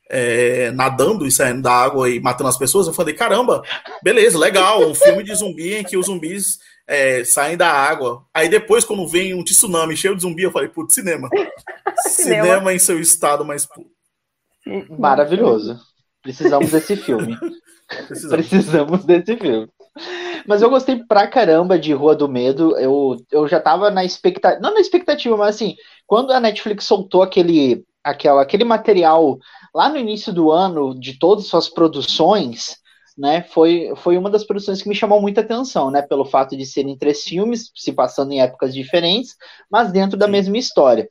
é, nadando e saindo da água e matando as pessoas. Eu falei, caramba, beleza, legal, um filme de zumbi em que os zumbis é, saem da água. Aí depois, quando vem um tsunami cheio de zumbi, eu falei, putz, cinema. cinema. Cinema em seu estado mais puro. Maravilhoso. Precisamos desse filme. Precisamos. Precisamos desse filme. Mas eu gostei pra caramba de Rua do Medo. Eu, eu já tava na expectativa. Não na expectativa, mas assim, quando a Netflix soltou aquele, aquela, aquele material lá no início do ano de todas as suas produções, né? Foi, foi uma das produções que me chamou muita atenção, né? Pelo fato de serem três filmes, se passando em épocas diferentes, mas dentro da mesma história.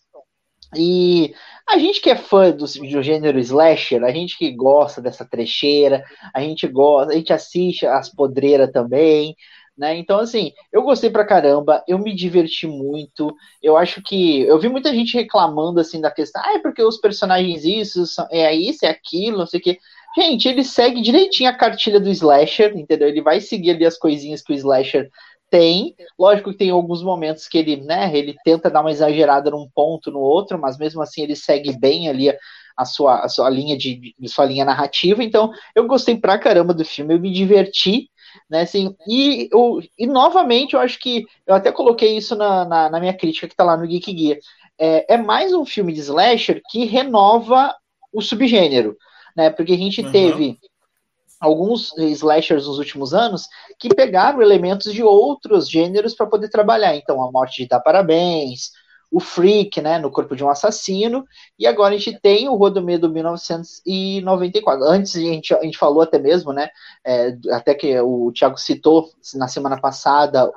E a gente que é fã do, do gênero slasher, a gente que gosta dessa trecheira, a gente gosta, a gente assiste as podreiras também, né? Então, assim, eu gostei pra caramba, eu me diverti muito. Eu acho que eu vi muita gente reclamando assim da questão, ah, é porque os personagens isso, é isso, é aquilo, não sei o quê. Gente, ele segue direitinho a cartilha do slasher, entendeu? Ele vai seguir ali as coisinhas que o slasher tem, lógico que tem alguns momentos que ele, né, ele tenta dar uma exagerada num ponto, no outro, mas mesmo assim ele segue bem ali a, a, sua, a sua linha de, de sua linha narrativa. Então eu gostei pra caramba do filme, eu me diverti, né, assim, e, eu, e novamente eu acho que eu até coloquei isso na, na, na minha crítica que tá lá no Geek Guia, é, é mais um filme de slasher que renova o subgênero, né, porque a gente uhum. teve alguns slashers nos últimos anos que pegaram elementos de outros gêneros para poder trabalhar. Então, A Morte de Dá Parabéns, o Freak, né, No Corpo de um Assassino, e agora a gente tem o Rua do Medo mil novecentos e noventa e quatro. Antes a gente, a gente falou até mesmo, né, é, até que o Thiago citou na semana passada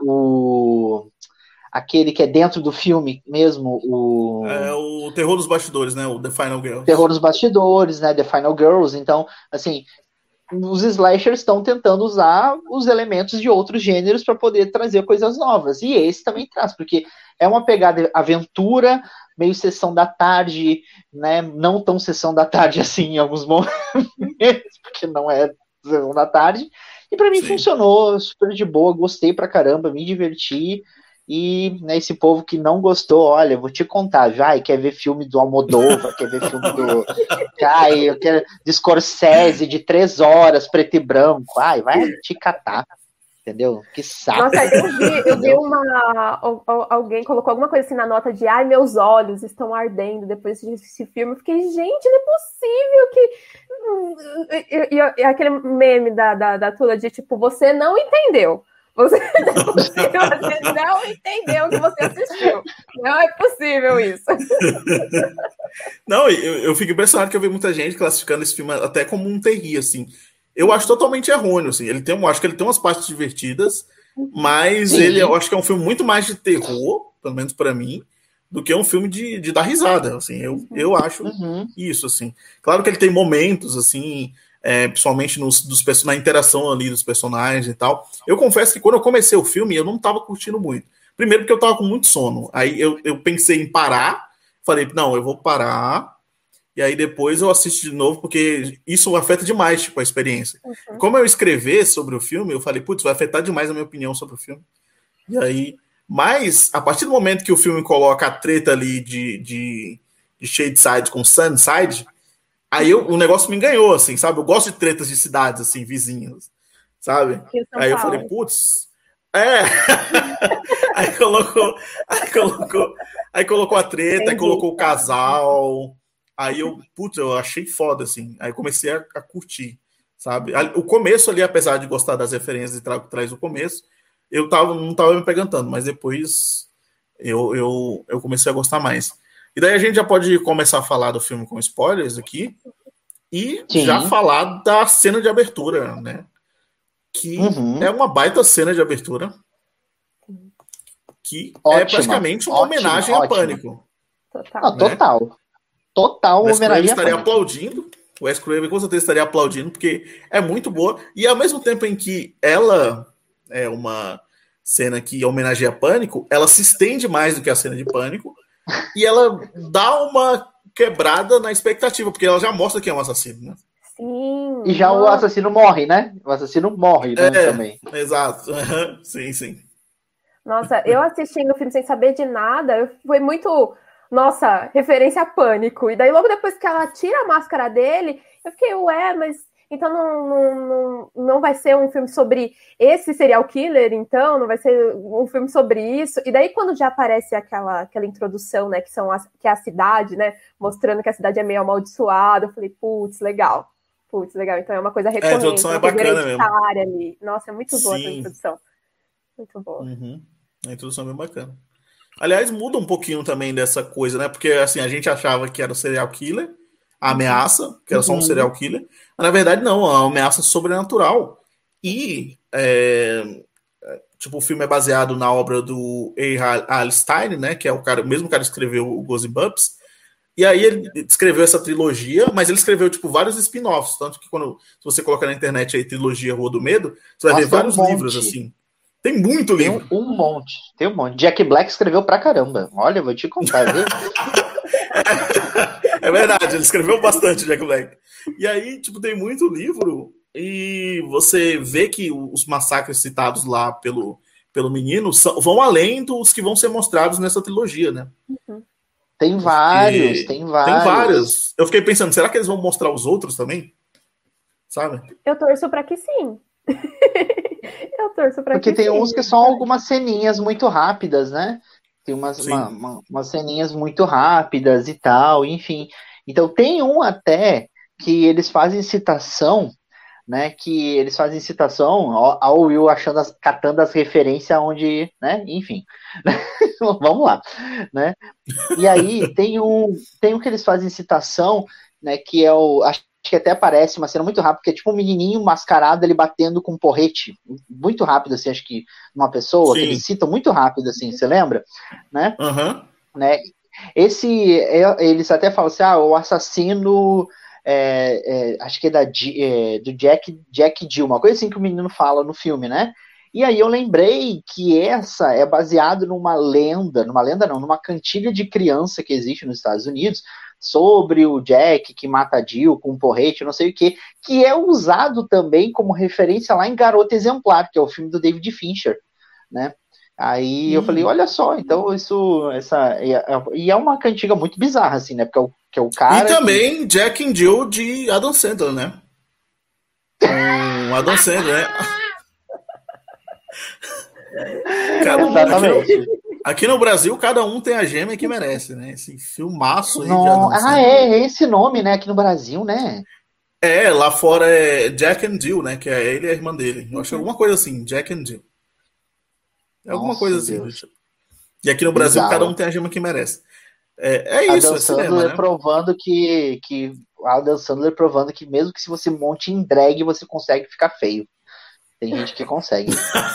o... aquele que é dentro do filme mesmo, o... É o Terror dos Bastidores, né, o The Final Girls. Terror dos Bastidores, né, The Final Girls. Então, assim, os slashers estão tentando usar os elementos de outros gêneros para poder trazer coisas novas. E esse também traz, porque é uma pegada aventura, meio sessão da tarde, né? Não tão sessão da tarde assim em alguns momentos, porque não é sessão da tarde. E para mim Sim. funcionou super de boa, gostei pra caramba, me diverti. E né, esse povo que não gostou, olha, vou te contar, vai, quer ver filme do Almodóvar, quer ver filme do... Ai, eu quero de Scorsese, de três horas, preto e branco. Ai, vai te catar, entendeu? Que saco. Nossa, eu vi, eu vi uma... Alguém colocou alguma coisa assim na nota de ai, meus olhos estão ardendo depois desse filme. Eu fiquei, gente, não é possível que... E, e, e aquele meme da, da, da Tula de, tipo, você não entendeu. Você, você não entendeu o que você assistiu. Não é possível isso. Não, eu, eu fico impressionado que eu vi muita gente classificando esse filme até como um terri, assim. Eu acho totalmente errôneo, assim. Ele tem, eu acho que ele tem umas partes divertidas, mas Sim. ele, eu acho que é um filme muito mais de terror, pelo menos para mim, do que um filme de, de dar risada, assim. Eu, eu acho uhum. isso, assim. Claro que ele tem momentos, assim... É, principalmente nos, dos, na interação ali dos personagens e tal. Eu confesso que quando eu comecei o filme, eu não tava curtindo muito. Primeiro porque eu tava com muito sono. Aí eu, eu pensei em parar, falei, não, eu vou parar, e aí depois eu assisto de novo, porque isso afeta demais, tipo, a experiência. Uhum. Como eu escrever sobre o filme, eu falei, putz, vai afetar demais a minha opinião sobre o filme. E aí, mas, a partir do momento que o filme coloca a treta ali de... de de Shadeside com Sunnyside, aí eu, o negócio me ganhou, assim, sabe? Eu gosto de tretas de cidades, assim, vizinhas, sabe? Aí eu falei, putz, é. aí colocou, aí colocou, aí colocou a treta, Entendi. Aí colocou o casal. Aí eu, putz, eu achei foda, assim. Aí comecei a, a curtir, sabe? O começo ali, apesar de gostar das referências e tra- traz o começo, eu tava, não tava me pegando tanto, mas depois eu, eu, eu comecei a gostar mais. E daí a gente já pode começar a falar do filme com spoilers aqui e Sim. já falar da cena de abertura, né? Que uhum. é uma baita cena de abertura que ótima, é praticamente uma ótima, homenagem ótima. a Pânico. Total. Ah, total. Né? Total Wes homenagem Craven estaria aplaudindo. O Wes Craven com certeza estaria aplaudindo, porque é muito boa. E ao mesmo tempo em que ela é uma cena que homenageia Pânico, ela se estende mais do que a cena de Pânico e ela dá uma quebrada na expectativa, porque ela já mostra que é um assassino, né? Sim. E já o assassino morre, né? O assassino morre, né? É, também. Exato. sim, sim. Nossa, eu assistindo o filme sem saber de nada, eu, foi muito... Nossa, referência a Pânico. E daí, logo depois que ela tira a máscara dele, eu fiquei, ué, mas então não, não, não, não vai ser um filme sobre esse serial killer, então? Não vai ser um filme sobre isso? E daí, quando já aparece aquela, aquela introdução, né, que, são as, que é a cidade, né, mostrando que a cidade é meio amaldiçoada, eu falei, putz, legal. Putz, legal. Então é uma coisa recorrente. É, a introdução é bacana mesmo. Ali. Nossa, é muito Sim. boa essa introdução. Muito boa. Uhum. A introdução é bem bacana. Aliás, muda um pouquinho também dessa coisa, né? Porque, assim, a gente achava que era o serial killer, a ameaça, que era só um uhum. serial killer. Mas, na verdade, não. É uma ameaça sobrenatural. E, é, tipo, o filme é baseado na obra do A. Hal Stein, né? Que é o cara, o mesmo cara que escreveu o Goosebumps. E aí ele escreveu essa trilogia, mas ele escreveu, tipo, vários spin-offs. Tanto que quando se você colocar na internet aí, trilogia Rua do Medo, você vai Nossa, ver vários um livros, assim. Tem muito tem livro. Um, um monte, tem um monte. Jack Black escreveu pra caramba. Olha, eu vou te contar, viu? é, é verdade, ele escreveu bastante, Jack Black. E aí, tipo, tem muito livro e você vê que os massacres citados lá pelo, pelo menino são, vão além dos que vão ser mostrados nessa trilogia, né? Uhum. Tem vários, tem vários. Tem vários. Eu fiquei pensando, será que eles vão mostrar os outros também? Sabe? Eu torço pra que sim. Eu torço pra Porque que tem sim, uns que são algumas ceninhas muito rápidas, né? Tem umas, uma, uma, umas ceninhas muito rápidas e tal, enfim. Então tem um até que eles fazem citação, né? Que eles fazem citação ao Will achando as, catando as referências onde, né? Enfim. Vamos lá, né? E aí tem um, tem um que eles fazem citação, né? Que é o... Acho que até aparece uma cena muito rápida, que é tipo um menininho mascarado, ele batendo com um porrete, muito rápido, assim, acho que uma pessoa, Sim. que eles citam muito rápido, assim, você lembra? Né? Uhum. Né? Esse, eles até falam assim, ah, o assassino, é, é, acho que é, da, é do Jack, Jack Jill, uma coisa assim que o menino fala no filme, né? E aí eu lembrei que essa é baseado numa lenda, numa lenda não, numa cantiga de criança que existe nos Estados Unidos, sobre o Jack que mata a Jill com um porrete, não sei o que, que é usado também como referência lá em Garota Exemplar, que é o filme do David Fincher, né? Aí hum. eu falei, olha só, então isso, essa, e é uma cantiga muito bizarra, assim, né? Porque é o, que é o cara... E também que... Jack and Jill de Adam Sandler, né? Um Adam Sandler, né? Cada um, Exatamente. Aqui no, aqui no Brasil, cada um tem a gêmea que merece, né? Esse filmaço aí Não, de Adam Ah, Sandler. é, esse nome, né? Aqui no Brasil, né? É, lá fora é Jack and Jill, né? Que é ele e a irmã dele. Eu acho alguma coisa assim, Jack and Jill. É alguma Nossa, coisa assim. Deus. E aqui no Brasil, Bizarro. cada um tem a gema que merece. É, é isso, Adam é cinema, né? provando que, que Adam Sandler provando que mesmo que se você monte em drag, você consegue ficar feio. Tem gente que consegue.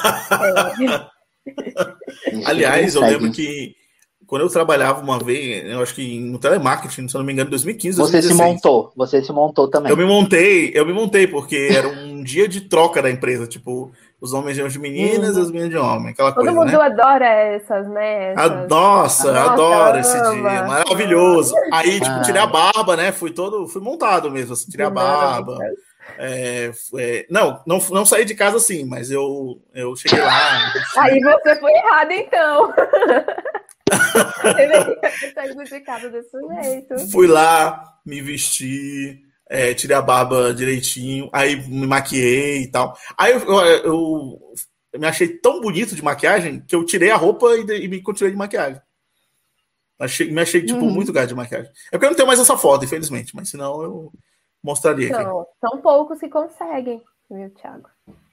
é. Aliás, que consegue. Eu lembro que quando eu trabalhava uma vez, eu acho que no telemarketing, se eu não me engano, em dois mil e quinze, Você dois mil e dezesseis. se montou, você se montou também. Eu me montei, eu me montei, porque era um dia de troca da empresa, tipo, os homens iam de meninas e as meninas de homem, aquela Todo coisa, mundo né? adora essas, né? Essas... A, nossa, nossa, adoro esse ama. dia, maravilhoso. Aí, tipo, tirei a barba, né? Fui todo, fui montado mesmo, assim, tirei a barba. É, é, não, não, não saí de casa assim, mas eu, eu cheguei lá. Assim. Aí você foi errado, então. Deveria ter sacrificado desse jeito. Fui lá, me vesti, é, tirei a barba direitinho, aí me maquiei e tal. Aí eu, eu, eu me achei tão bonito de maquiagem que eu tirei a roupa e, de, e me continuei de maquiagem. Achei, me achei, tipo, uhum. muito gato de maquiagem. É porque eu não tenho mais essa foto, infelizmente, mas senão eu mostraria aqui. Não, tão poucos se conseguem, viu, Thiago?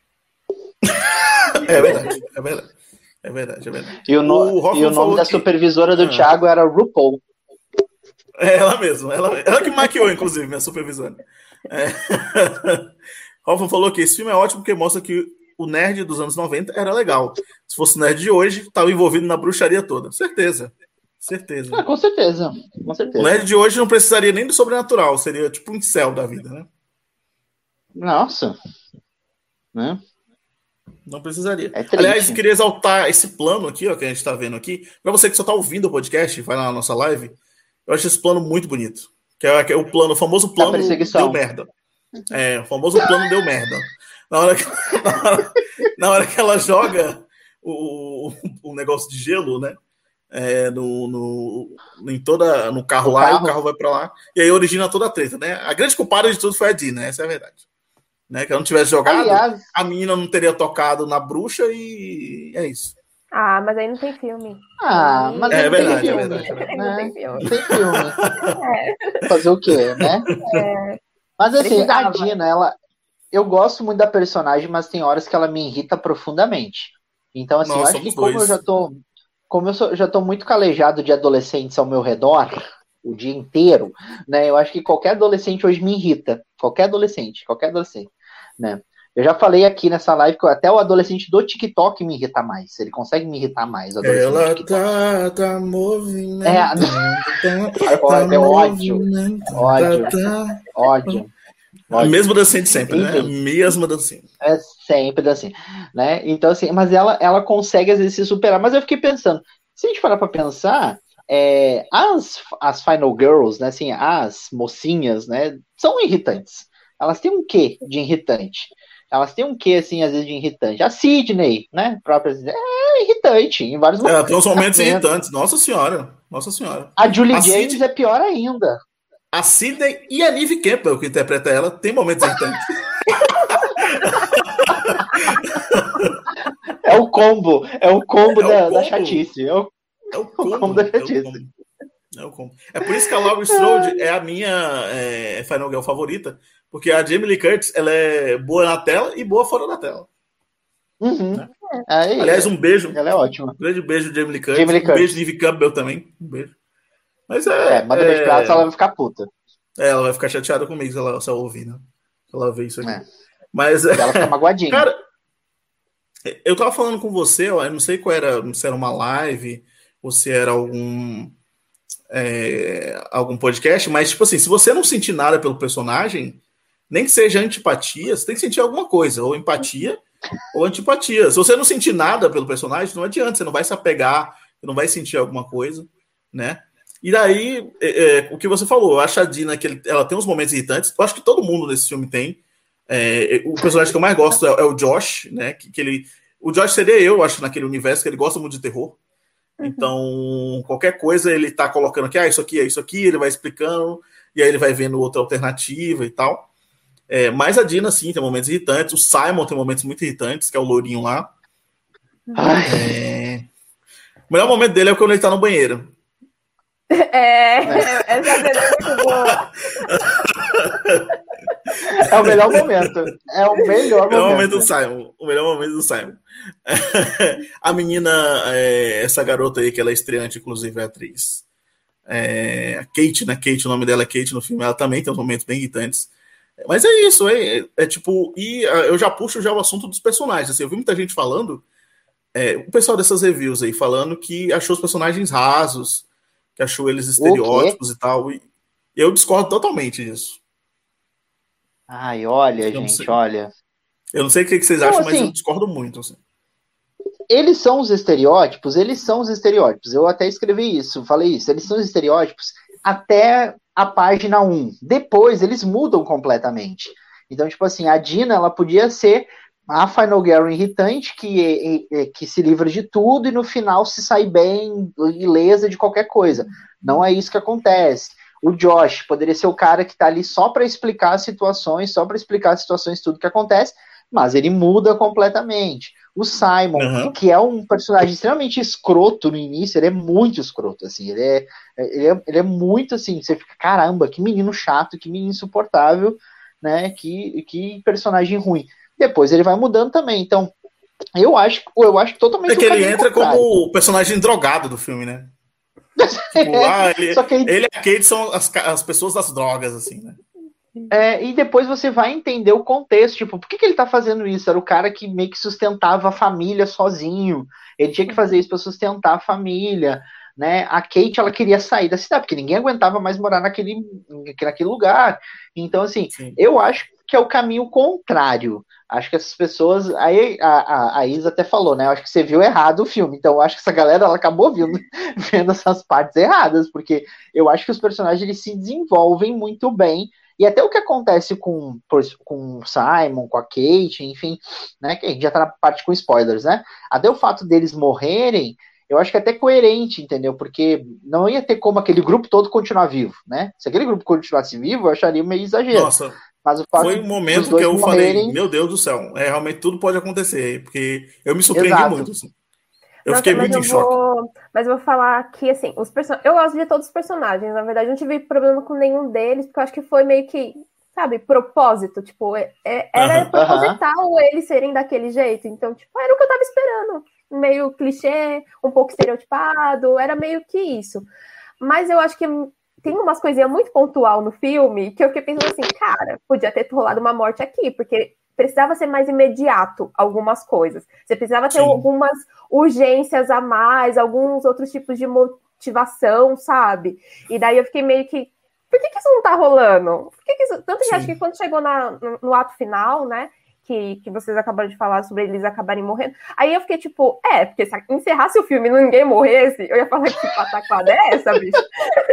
É verdade, é verdade. É verdade, é verdade. E o, no, o, e o nome da que... supervisora do ah. Thiago era RuPaul. É ela mesma, ela, ela que maquiou, inclusive, minha supervisora. É. Hoffman falou que esse filme é ótimo porque mostra que o nerd dos anos noventa era legal. Se fosse o nerd de hoje, estava envolvido na bruxaria toda. Certeza. Certeza. Ah, com certeza. Com certeza. O nerd de hoje não precisaria nem do sobrenatural, seria tipo um incel da vida, né? Nossa. Né? Não precisaria. É Aliás, eu queria exaltar esse plano aqui, ó, que a gente está vendo aqui. Para você que só está ouvindo o podcast, vai lá na nossa live. Eu acho esse plano muito bonito. Que é, que é o plano, o famoso plano deu merda. É, o famoso plano deu merda. Na hora que, na hora, na hora que ela joga o, o negócio de gelo, né? É, no, no, em toda, no carro o lá, carro. E o carro vai para lá. E aí origina toda a treta, né? A grande culpada de tudo foi a Dina, essa é a verdade. Né, que ela não tivesse jogado, aliás, a menina não teria tocado na bruxa e é isso. Ah, mas aí não tem filme. Ah, mas é, não verdade, tem é filme. verdade, é verdade. Não tem filme. Não tem filme. É. Fazer o quê, né? É. Mas assim, Precisava. a Dina, ela... Eu gosto muito da personagem, mas tem horas que ela me irrita profundamente. Então, assim, Nossa, eu acho que como dois. eu já tô... Como eu sou, já tô muito calejado de adolescentes ao meu redor, o dia inteiro, né? Eu acho que qualquer adolescente hoje me irrita. Qualquer adolescente, qualquer adolescente. Né? Eu já falei aqui nessa live que até o adolescente do TikTok me irrita mais. Ele consegue me irritar mais. Ela tá, tá movimentando. É, tá é ódio. Ódio. Tá, ódio. A mesma dancinha de sempre, né? A mesma dancinha. É sempre dancinha. Né? Então, assim, mas ela, ela consegue às vezes se superar. Mas eu fiquei pensando, se a gente parar pra pensar, é, as, as Final Girls, né? Assim, as mocinhas, né? São irritantes. Elas têm um quê de irritante? Elas têm um quê, assim, às vezes, de irritante? A Sidney, né? Própria, é irritante em vários momentos. Ela tem uns momentos irritantes. Nossa senhora. Nossa senhora. A Julie a James Sid... é pior ainda. A Sidney e a Neve Campbell, que interpreta ela, tem momentos irritantes. É o combo. É o combo, é da, o combo. da chatice. É o, é o combo, o combo da chatice. É o combo. É, o combo. É por isso que a Laurie Strode é a minha é, Final Girl favorita. Porque a Jamie Lee Curtis, ela é boa na tela e boa fora da tela. Uhum. Né? Aí, Aliás, um beijo. Ela é ótima. Um grande beijo, Jamie Lee Curtis. Jamie Lee um Curtis. beijo, Neve Campbell também. Um beijo. Mas é... É, manda é... beijo pra ela, ela vai ficar puta. É, ela vai ficar chateada comigo se ela, se ela ouvir, né? Se ela ver isso aqui. É. Mas... Ela fica magoadinha. Cara, eu tava falando com você, eu não sei qual era, se era uma live ou se era algum... É, algum podcast, mas, tipo assim, se você não sentir nada pelo personagem... Nem que seja antipatia, você tem que sentir alguma coisa, ou empatia, ou antipatia. Se você não sentir nada pelo personagem, não adianta, você não vai se apegar, você não vai sentir alguma coisa, né? E daí, é, é, o que você falou, eu acho a Dina que ele, ela tem uns momentos irritantes, eu acho que todo mundo nesse filme tem. É, o personagem que eu mais gosto é, é o Josh, né? Que, que ele, o Josh seria eu, acho, naquele universo, que ele gosta muito de terror. Uhum. Então, qualquer coisa ele tá colocando aqui, ah, isso aqui é isso aqui, ele vai explicando, e aí ele vai vendo outra alternativa e tal. É, mas a Dina, sim, tem momentos irritantes. O Simon tem momentos muito irritantes, que é o lourinho lá. É... O melhor momento dele é quando ele tá no banheiro. É, essa é muito boa. É o melhor momento. É o melhor momento. É o momento do Simon. O melhor momento do Simon. A menina, é, essa garota aí, que ela é estreante, inclusive, é atriz. É, a Kate, né? Kate, o nome dela é Kate no filme. Ela também tem uns momentos bem irritantes. Mas é isso, é, é, é tipo, e uh, eu já puxo já o assunto dos personagens. Assim, eu vi muita gente falando, é, o pessoal dessas reviews aí, falando que achou os personagens rasos, que achou eles estereótipos e tal. E eu discordo totalmente disso. Ai, olha, eu gente, olha. Eu não sei o que vocês então, acham, assim, mas eu discordo muito. Assim. Eles são os estereótipos, eles são os estereótipos. Eu até escrevi isso, falei isso. Eles são os estereótipos até a página um. Depois, eles mudam completamente. Então, tipo assim, a Dina, ela podia ser a Final Girl irritante que, que se livra de tudo e no final se sai bem, ilesa de qualquer coisa. Não é isso que acontece. O Josh poderia ser o cara que tá ali só para explicar as situações, só para explicar as situações, tudo que acontece, mas ele muda completamente. O Simon, uhum. que é um personagem extremamente escroto no início, ele é muito escroto, assim, ele é, ele é, ele é muito assim, você fica, caramba, que menino chato, que menino insuportável, né, que, que personagem ruim. Depois ele vai mudando também, então eu acho, eu acho totalmente... É que ele entra contrário. Como o personagem drogado do filme, né? Tipo, ah, ele, Só que ele... ele e a Kate são as, as pessoas das drogas, assim, né? É, e depois você vai entender o contexto, tipo, por que, que ele tá fazendo isso? Era o cara que meio que sustentava a família sozinho, ele tinha que fazer isso para sustentar a família, né? A Kate, ela queria sair da cidade, porque ninguém aguentava mais morar naquele, naquele lugar. Então, assim, Sim. eu acho que é o caminho contrário. Acho que essas pessoas, aí a, a, a Isa até falou, né? Eu acho que você viu errado o filme, então eu acho que essa galera, ela acabou vendo, vendo essas partes erradas, porque eu acho que os personagens, eles se desenvolvem muito bem. E até o que acontece com, com o Simon, com a Kate, enfim, né? Que a gente já tá na parte com spoilers, né? Até o fato deles morrerem, eu acho que é até coerente, entendeu? Porque não ia ter como aquele grupo todo continuar vivo, né? Se aquele grupo continuasse vivo, eu acharia meio exagero. Nossa, mas o fato foi um momento que eu morrerem... falei, meu Deus do céu, é, realmente tudo pode acontecer, porque eu me surpreendi Exato. muito, assim. Eu Nossa, fiquei muito eu em choque. Vou, mas eu vou falar que, assim, os person... eu gosto de todos os personagens. Na verdade, eu não tive problema com nenhum deles, porque eu acho que foi meio que, sabe, propósito. Tipo, é, é, era uh-huh. proposital uh-huh. eles serem daquele jeito. Então, tipo, era o que eu tava esperando. Meio clichê, um pouco estereotipado, era meio que isso. Mas eu acho que tem umas coisinhas muito pontual no filme que eu fiquei pensando assim, cara, podia ter rolado uma morte aqui, porque precisava ser mais imediato algumas coisas. Você precisava ter Sim. algumas urgências a mais, alguns outros tipos de motivação, sabe? E daí eu fiquei meio que, por que que isso não tá rolando? Por que que isso... Tanto que acho que quando chegou na, no, no ato final, né, que, que vocês acabaram de falar sobre eles acabarem morrendo, aí eu fiquei tipo, é, porque se encerrasse o filme e ninguém morresse, eu ia falar que pataquada é essa, bicho?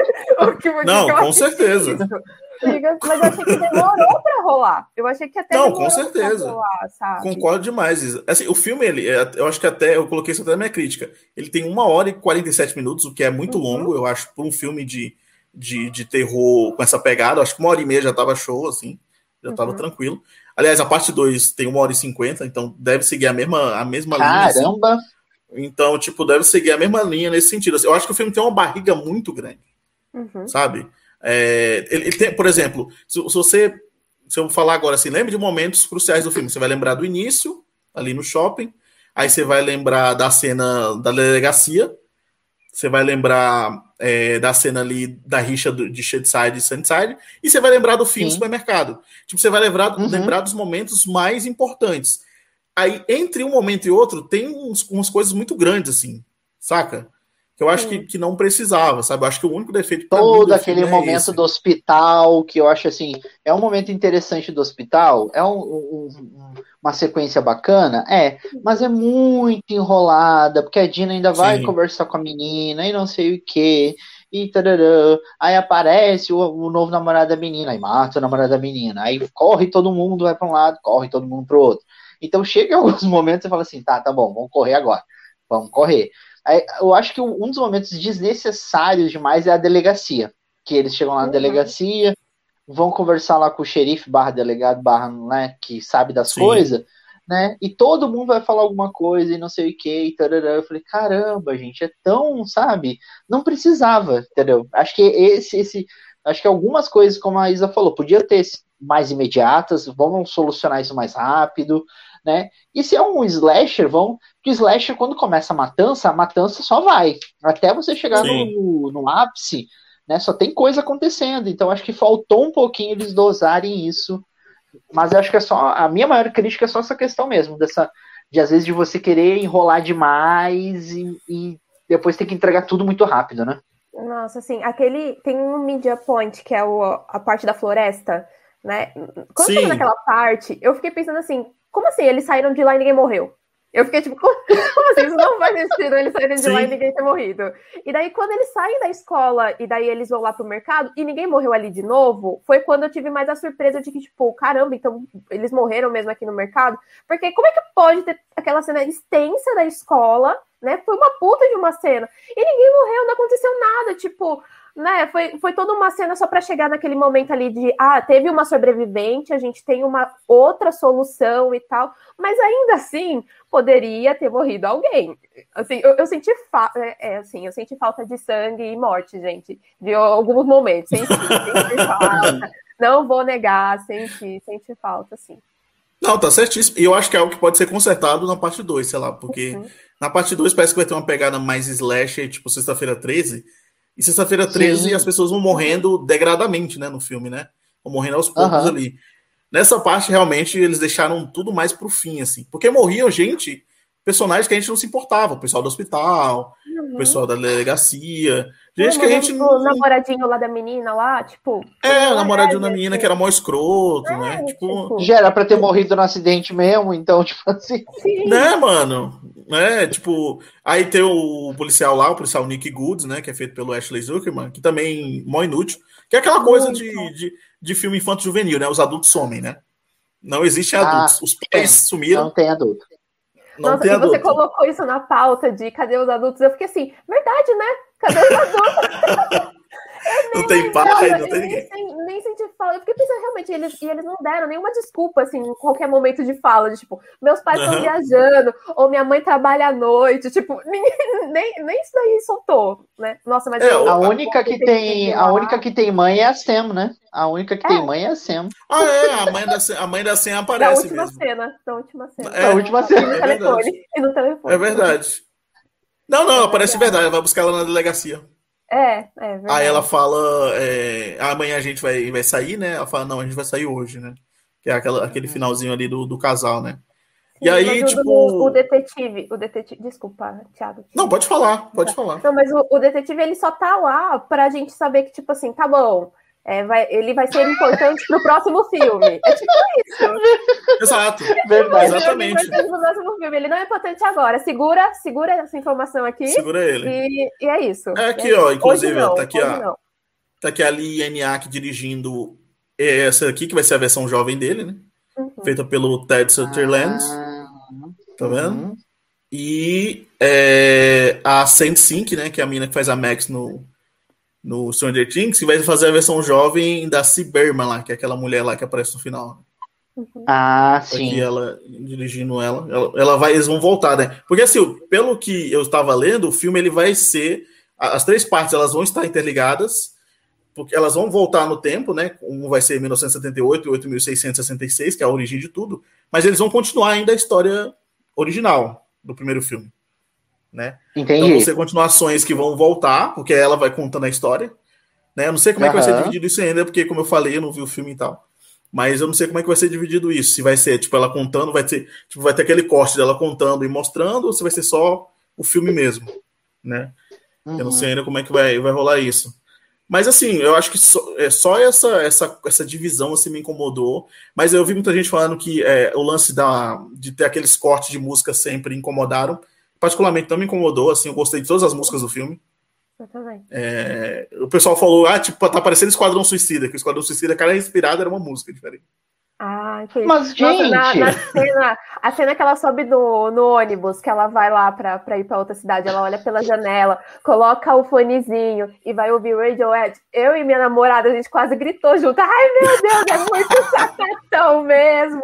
que, não, que com certeza. Mas eu achei que demorou pra rolar. Eu achei que até Não, demorou com certeza. pra rolar, sabe? Concordo demais. Assim, o filme, ele, eu acho que até, eu coloquei isso até na minha crítica, ele tem uma hora e quarenta e sete minutos, o que é muito uhum. longo, eu acho, por um filme de, de, de terror com essa pegada. Eu acho que uma hora e meia já tava show, assim, já tava uhum. tranquilo. Aliás, a parte dois tem uma hora e cinquenta, então deve seguir a mesma, a mesma linha. Caramba! Assim. Então, tipo, deve seguir a mesma linha nesse sentido. Assim, eu acho que o filme tem uma barriga muito grande, uhum. sabe? É, ele, ele tem, por exemplo, se, se você se eu falar agora assim, lembre de momentos cruciais do filme, você vai lembrar do início, ali no shopping, aí você vai lembrar da cena da delegacia, você vai lembrar é, da cena ali da rixa do, de Shadeside e Sunnyside, e você vai lembrar do fim Sim. do supermercado. Tipo, você vai lembrar, uhum. lembrar dos momentos mais importantes. Aí, entre um momento e outro, tem uns, umas coisas muito grandes, assim, saca? Que eu acho que, que não precisava, sabe? Eu acho que o único defeito... Todo aquele momento é do hospital, que eu acho assim, é um momento interessante do hospital, é um, um, uma sequência bacana, é, mas é muito enrolada, porque a Dina ainda vai Sim. conversar com a menina, e não sei o quê, e tararã, aí aparece o, o novo namorado da menina, aí mata o namorado da menina, aí corre todo mundo, vai para um lado, corre todo mundo pro outro. Então chega em alguns momentos e fala assim, tá, tá bom, vamos correr agora, vamos correr. Eu acho que um dos momentos desnecessários demais é a delegacia. Que eles chegam lá na uhum. delegacia, vão conversar lá com o xerife barra delegado, barra, né, que sabe das Sim. coisas, né? E todo mundo vai falar alguma coisa e não sei o que, e tarará. Eu falei, caramba, gente, é tão, sabe? Não precisava, entendeu? Acho que esse, esse, acho que algumas coisas, como a Isa falou, podia ter mais imediatas, vamos solucionar isso mais rápido, né? E se é um slasher, vão. Porque slasher, quando começa a matança, a matança só vai. Até você chegar no, no, no ápice, né? Só tem coisa acontecendo. Então acho que faltou um pouquinho eles dosarem isso. Mas eu acho que é só. A minha maior crítica é só essa questão mesmo, dessa. De às vezes de você querer enrolar demais e, e depois ter que entregar tudo muito rápido, né? Nossa, assim, aquele. Tem um media point, que é o, a parte da floresta, né? Quando chega naquela parte, eu fiquei pensando assim. Como assim? Eles saíram de lá e ninguém morreu? Eu fiquei tipo, como assim? Isso não faz sentido, eles saírem de Sim. lá e ninguém ter morrido. E daí, quando eles saem da escola e daí eles vão lá pro mercado e ninguém morreu ali de novo, foi quando eu tive mais a surpresa de que, tipo, caramba, então eles morreram mesmo aqui no mercado? Porque como é que pode ter aquela cena extensa da escola, né? Foi uma puta de uma cena. E ninguém morreu, não aconteceu nada, tipo... Né, foi, foi toda uma cena só para chegar naquele momento ali de, ah, teve uma sobrevivente, a gente tem uma outra solução e tal, mas ainda assim, poderia ter morrido alguém. Assim, eu, eu senti falta, é, assim, eu senti falta de sangue e morte, gente, de alguns momentos, senti, senti falta, não vou negar, senti, senti falta, sim. Não, tá certíssimo, e eu acho que é algo que pode ser consertado na parte dois, sei lá, porque uhum. na parte dois parece que vai ter uma pegada mais slasher, tipo Sexta-feira treze, e Sexta-feira treze, Sim. as pessoas vão morrendo degradamente, né, no filme, né? Vão morrendo aos poucos uhum. ali. Nessa parte, realmente, eles deixaram tudo mais pro fim, assim. Porque morriam gente, personagens que a gente não se importava. O pessoal do hospital, uhum. o pessoal da delegacia. Gente uhum. que a gente não... O namoradinho lá da menina, lá, tipo... É, o namoradinho da menina, que era mó escroto, é, né? Tipo... tipo... Já era pra ter morrido no acidente mesmo, então, tipo assim... Sim. Né, mano? Né, tipo... Aí tem o policial lá, o policial Nick Goods, né? Que é feito pelo Ashley Zuckerman, que também mó inútil. Que é aquela coisa de, de, de filme infanto-juvenil, né? Os adultos somem, né? Não existem adultos. Ah, Os pais tem. sumiram. Não tem adulto. Não Nossa, tem e adulto. você colocou isso na pauta de cadê os adultos? Eu fiquei assim, verdade, né? Cadê os adultos? Não tem pai, não tem ninguém. Nem, nem senti falta. Eu fiquei pensando, realmente, eles, e eles não deram nenhuma desculpa, assim, em qualquer momento de fala, de tipo, meus pais estão uhum. viajando, ou minha mãe trabalha à noite, tipo, ninguém, nem, nem isso daí soltou, né? Nossa, mas... É, eu, a única que tem, a única que tem mãe é a Sam, né? A única que é. tem mãe é a Sam. Ah, é, a mãe da Sam, a mãe da Sam aparece na última mesmo. cena, na última cena. É, na última cena. E no é telefone, verdade. e no telefone. É verdade. Não, não, é aparece verdade. verdade, ela vai buscar ela na delegacia. É, é verdade. Aí ela fala, é, amanhã a gente vai, vai sair, né? Ela fala, não, a gente vai sair hoje, né? Que é aquela, aquele finalzinho ali do, do casal, né? Sim, e aí, mas tipo... O, o detetive, o detetive... Desculpa, Thiago. Não, pode falar, pode falar. Não, mas o, o detetive, ele só tá lá pra gente saber que, tipo assim, tá bom... É, vai, ele vai ser importante pro próximo filme. É tipo isso. Exato. É tipo Verdade. Isso, Exatamente. Ele, pro próximo filme. Ele não é importante agora. Segura, segura essa informação aqui. Segura ele. E, e é isso. É aqui, ó. Inclusive, não, tá aqui, ó. Não. Tá aqui a Lee Eniak dirigindo essa aqui, que vai ser a versão jovem dele, né? Uhum. Feita pelo Ted Sutherland. Ah, tá vendo? Uhum. E é, a Saint Sink, né? Que é a mina que faz a Max no... no Stranger Things, que vai fazer a versão jovem da C. Berman lá, que é aquela mulher lá que aparece no final. Uhum. Ah, sim. Aqui ela, dirigindo ela, ela, ela vai, eles vão voltar, né? Porque assim, pelo que eu estava lendo, o filme ele vai ser, as três partes elas vão estar interligadas, porque elas vão voltar no tempo, né? Um vai ser mil novecentos e setenta e oito e oito mil seiscentos e sessenta e seis, que é a origem de tudo, mas eles vão continuar ainda a história original do primeiro filme. Né? Entendi. Então vão ser continuações que vão voltar, porque ela vai contando a história, né? Eu não sei como uhum. é que vai ser dividido isso ainda, porque como eu falei, eu não vi o filme e tal, mas eu não sei como é que vai ser dividido isso, se vai ser, tipo, ela contando, vai ter, tipo, vai ter aquele corte dela contando e mostrando, ou se vai ser só o filme mesmo, né? Uhum. Eu não sei ainda como é que vai, vai rolar isso. Mas assim, eu acho que só, é, só essa, essa, essa divisão assim, me incomodou, mas eu vi muita gente falando que é, o lance da, de ter aqueles cortes de música sempre incomodaram. Particularmente não me incomodou, assim, eu gostei de todas as músicas do filme. Eu também. É, o pessoal falou, ah, tipo, tá parecendo Esquadrão Suicida, que o Esquadrão Suicida, cada respirada era uma música diferente. Ah, entendi. Mas, gente... Nossa, na, na cena, a cena que ela sobe no, no ônibus, que ela vai lá pra, pra ir pra outra cidade, ela olha pela janela, coloca o fonezinho e vai ouvir Radiohead. Eu e minha namorada, a gente quase gritou junto. Ai, meu Deus, é muito sapatão mesmo.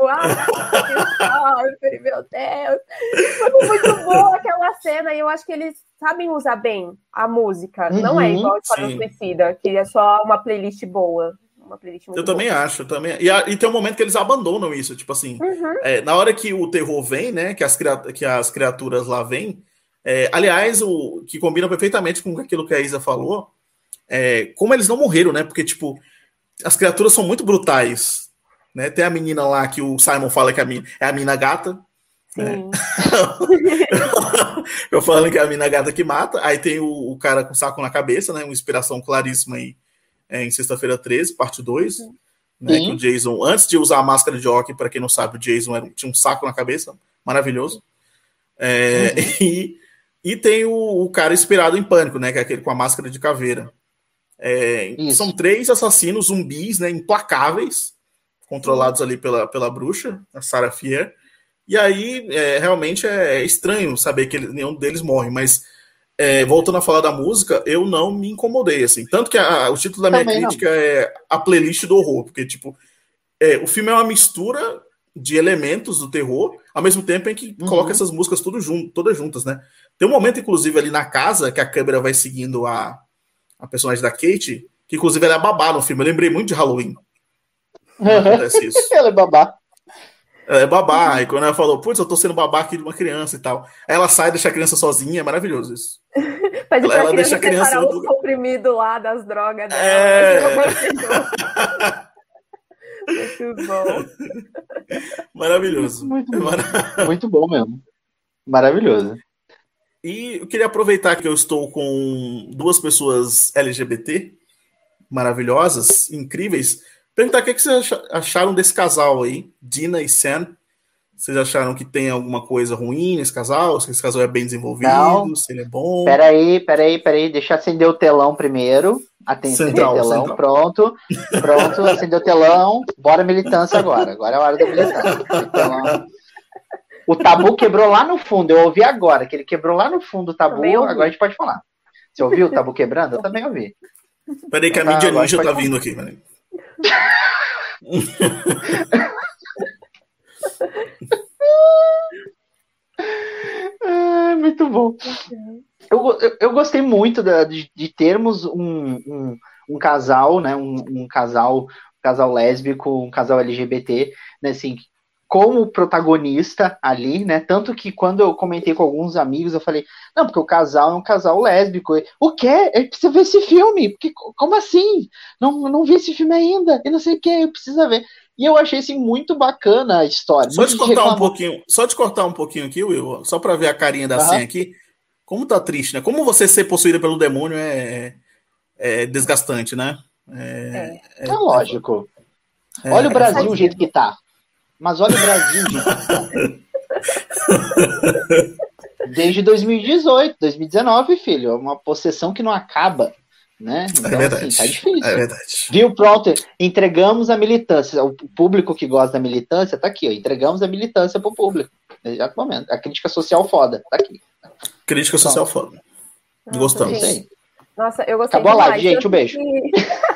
Ai, meu Deus. Foi muito boa aquela cena e eu acho que eles sabem usar bem a música. Uhum, não é igual Esquadrão Suicida, que é só uma playlist boa. Uma playlist muito eu também boa. acho, eu também. E, a, e tem um momento que eles abandonam isso, tipo assim, uhum. é, na hora que o terror vem, né, que as, que as criaturas lá vêm, é, aliás, o que combina perfeitamente com aquilo que a Isa falou, é, como eles não morreram, né, porque, tipo, as criaturas são muito brutais, né, tem a menina lá que o Simon fala que a mina, é a mina gata, né? Eu falo que é a mina gata que mata, aí tem o, o cara com saco na cabeça, né, uma inspiração claríssima aí, É, em Sexta-feira treze, parte dois, né, que o Jason, antes de usar a máscara de hockey, para quem não sabe, o Jason era, tinha um saco na cabeça, maravilhoso. É, uhum. e, e tem o, o cara inspirado em Pânico, né? Que é aquele com a máscara de caveira. É, são três assassinos zumbis, né? Implacáveis, controlados uhum. ali pela, pela bruxa, a Sarah Fier. E aí, é, realmente é estranho saber que ele, nenhum deles morre, mas é, voltando a falar da música, eu não me incomodei, assim. Tanto que a, o título da minha Também crítica não. é a playlist do horror, porque, tipo, é, o filme é uma mistura de elementos do terror, ao mesmo tempo em que uhum. coloca essas músicas tudo junto, todas juntas, né? Tem um momento, inclusive, ali na casa, que a câmera vai seguindo a, a personagem da Kate, que, inclusive, ela é babá no filme. Eu lembrei muito de Halloween. Não acontece isso. Ela é babá. Ela é babá, e quando ela falou, putz, eu tô sendo babá aqui de uma criança e tal. Aí ela sai, deixa a criança sozinha, é maravilhoso isso. Pede ela, ela deixa a criança separar o comprimido lá das drogas dela. É... Muito bom. Maravilhoso. Muito bom. Mara... Muito bom mesmo. Maravilhoso. E eu queria aproveitar que eu estou com duas pessoas L G B T maravilhosas, incríveis, perguntar o que vocês acharam desse casal aí, Dina e Sam. Vocês acharam que tem alguma coisa ruim nesse casal? Se esse casal é bem desenvolvido, Não. se ele é bom? Peraí, peraí, peraí, deixa eu acender o telão primeiro. Atenção, acender o telão, central. pronto. Pronto, acendeu o telão. Bora militância agora. Agora é a hora da militância. O tabu quebrou lá no fundo, eu ouvi agora, que ele quebrou lá no fundo o tabu, agora a gente pode falar. Você ouviu o tabu quebrando? Eu também ouvi. Peraí que a mídia tá, ninja tá falar. vindo aqui, peraí. É, muito bom. Eu, eu, eu gostei muito da, de, de termos um, um, um casal, né? Um, um casal, um casal lésbico, um casal L G B T, né? Assim, como protagonista ali, né? Tanto que quando eu comentei com alguns amigos, eu falei, não, porque o casal é um casal lésbico. O quê? Eu preciso ver esse filme. Porque, como assim? Não, não vi esse filme ainda. Eu não sei o que, eu preciso ver. E eu achei assim, muito bacana a história. Só te cortar um pouquinho, só te cortar um pouquinho aqui, Will, só para ver a carinha da uhum. Senha aqui. Como tá triste, né? Como você ser possuída pelo demônio é, é desgastante, né? É, é, é lógico. É, olha o Brasil o jeito que tá. Mas olha o Brasil o jeito que tá. Desde dois mil e dezoito, dois mil e dezenove, filho. É uma possessão que não acaba. Né? Então, é verdade. Assim, tá difícil. É verdade. Viu? Pronto, entregamos a militância. O público que gosta da militância tá aqui, ó. Entregamos a militância pro público. No exato momento. A crítica social foda, tá aqui. Crítica Pronto. social foda. Gostamos. Isso aí. Nossa, eu gostei Acabou demais. a live, gente. Um beijo. Que...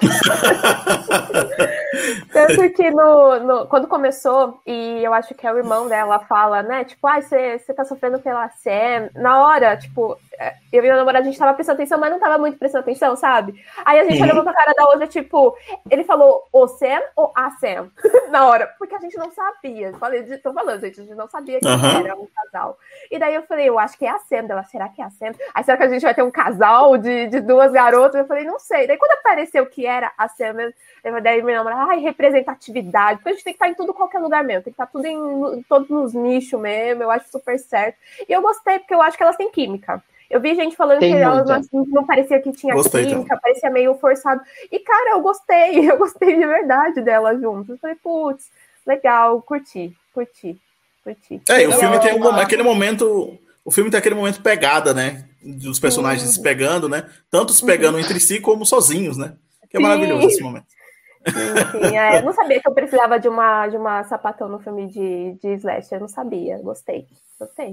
Tanto que no, no, quando começou, e eu acho que é o irmão dela fala, né? Tipo, ai, ah, você tá sofrendo pela Sam. Na hora, tipo, eu e meu namorado, a gente tava prestando atenção, mas não tava muito prestando atenção, sabe? Aí a gente olhou pra cara da outra, tipo, ele falou o Sam ou a Sam? Na hora, porque a gente não sabia. Falei, tô falando, gente, a gente não sabia que uhum. era um casal. E daí eu falei, eu acho que é a Sam. Dela, será que é a Sam? Aí será que a gente vai ter um casal de, de duas garotas? Eu falei, não sei. Daí quando apareceu que era a Sam, daí meu namorado, ai, representatividade, porque a gente tem que estar em tudo, qualquer lugar mesmo, tem que estar tudo em, em todos os nichos mesmo, eu acho super certo. E eu gostei, porque eu acho que elas têm química. Eu vi gente falando tem que muita. elas não, não parecia que tinha gostei, química, então. Parecia meio forçado. E, cara, eu gostei, eu gostei de verdade delas juntas. Eu falei, putz, legal, curti, curti, curti. É, e e o filme tem um, aquele momento... O filme tem aquele momento pegada, né? Dos personagens se pegando, né? Tanto se pegando uhum. entre si, como sozinhos, né? Que é maravilhoso esse momento. Sim, sim, é. Eu não sabia que eu precisava de uma, de uma sapatão no filme de, de Slash. Eu não sabia. Gostei. Gostei.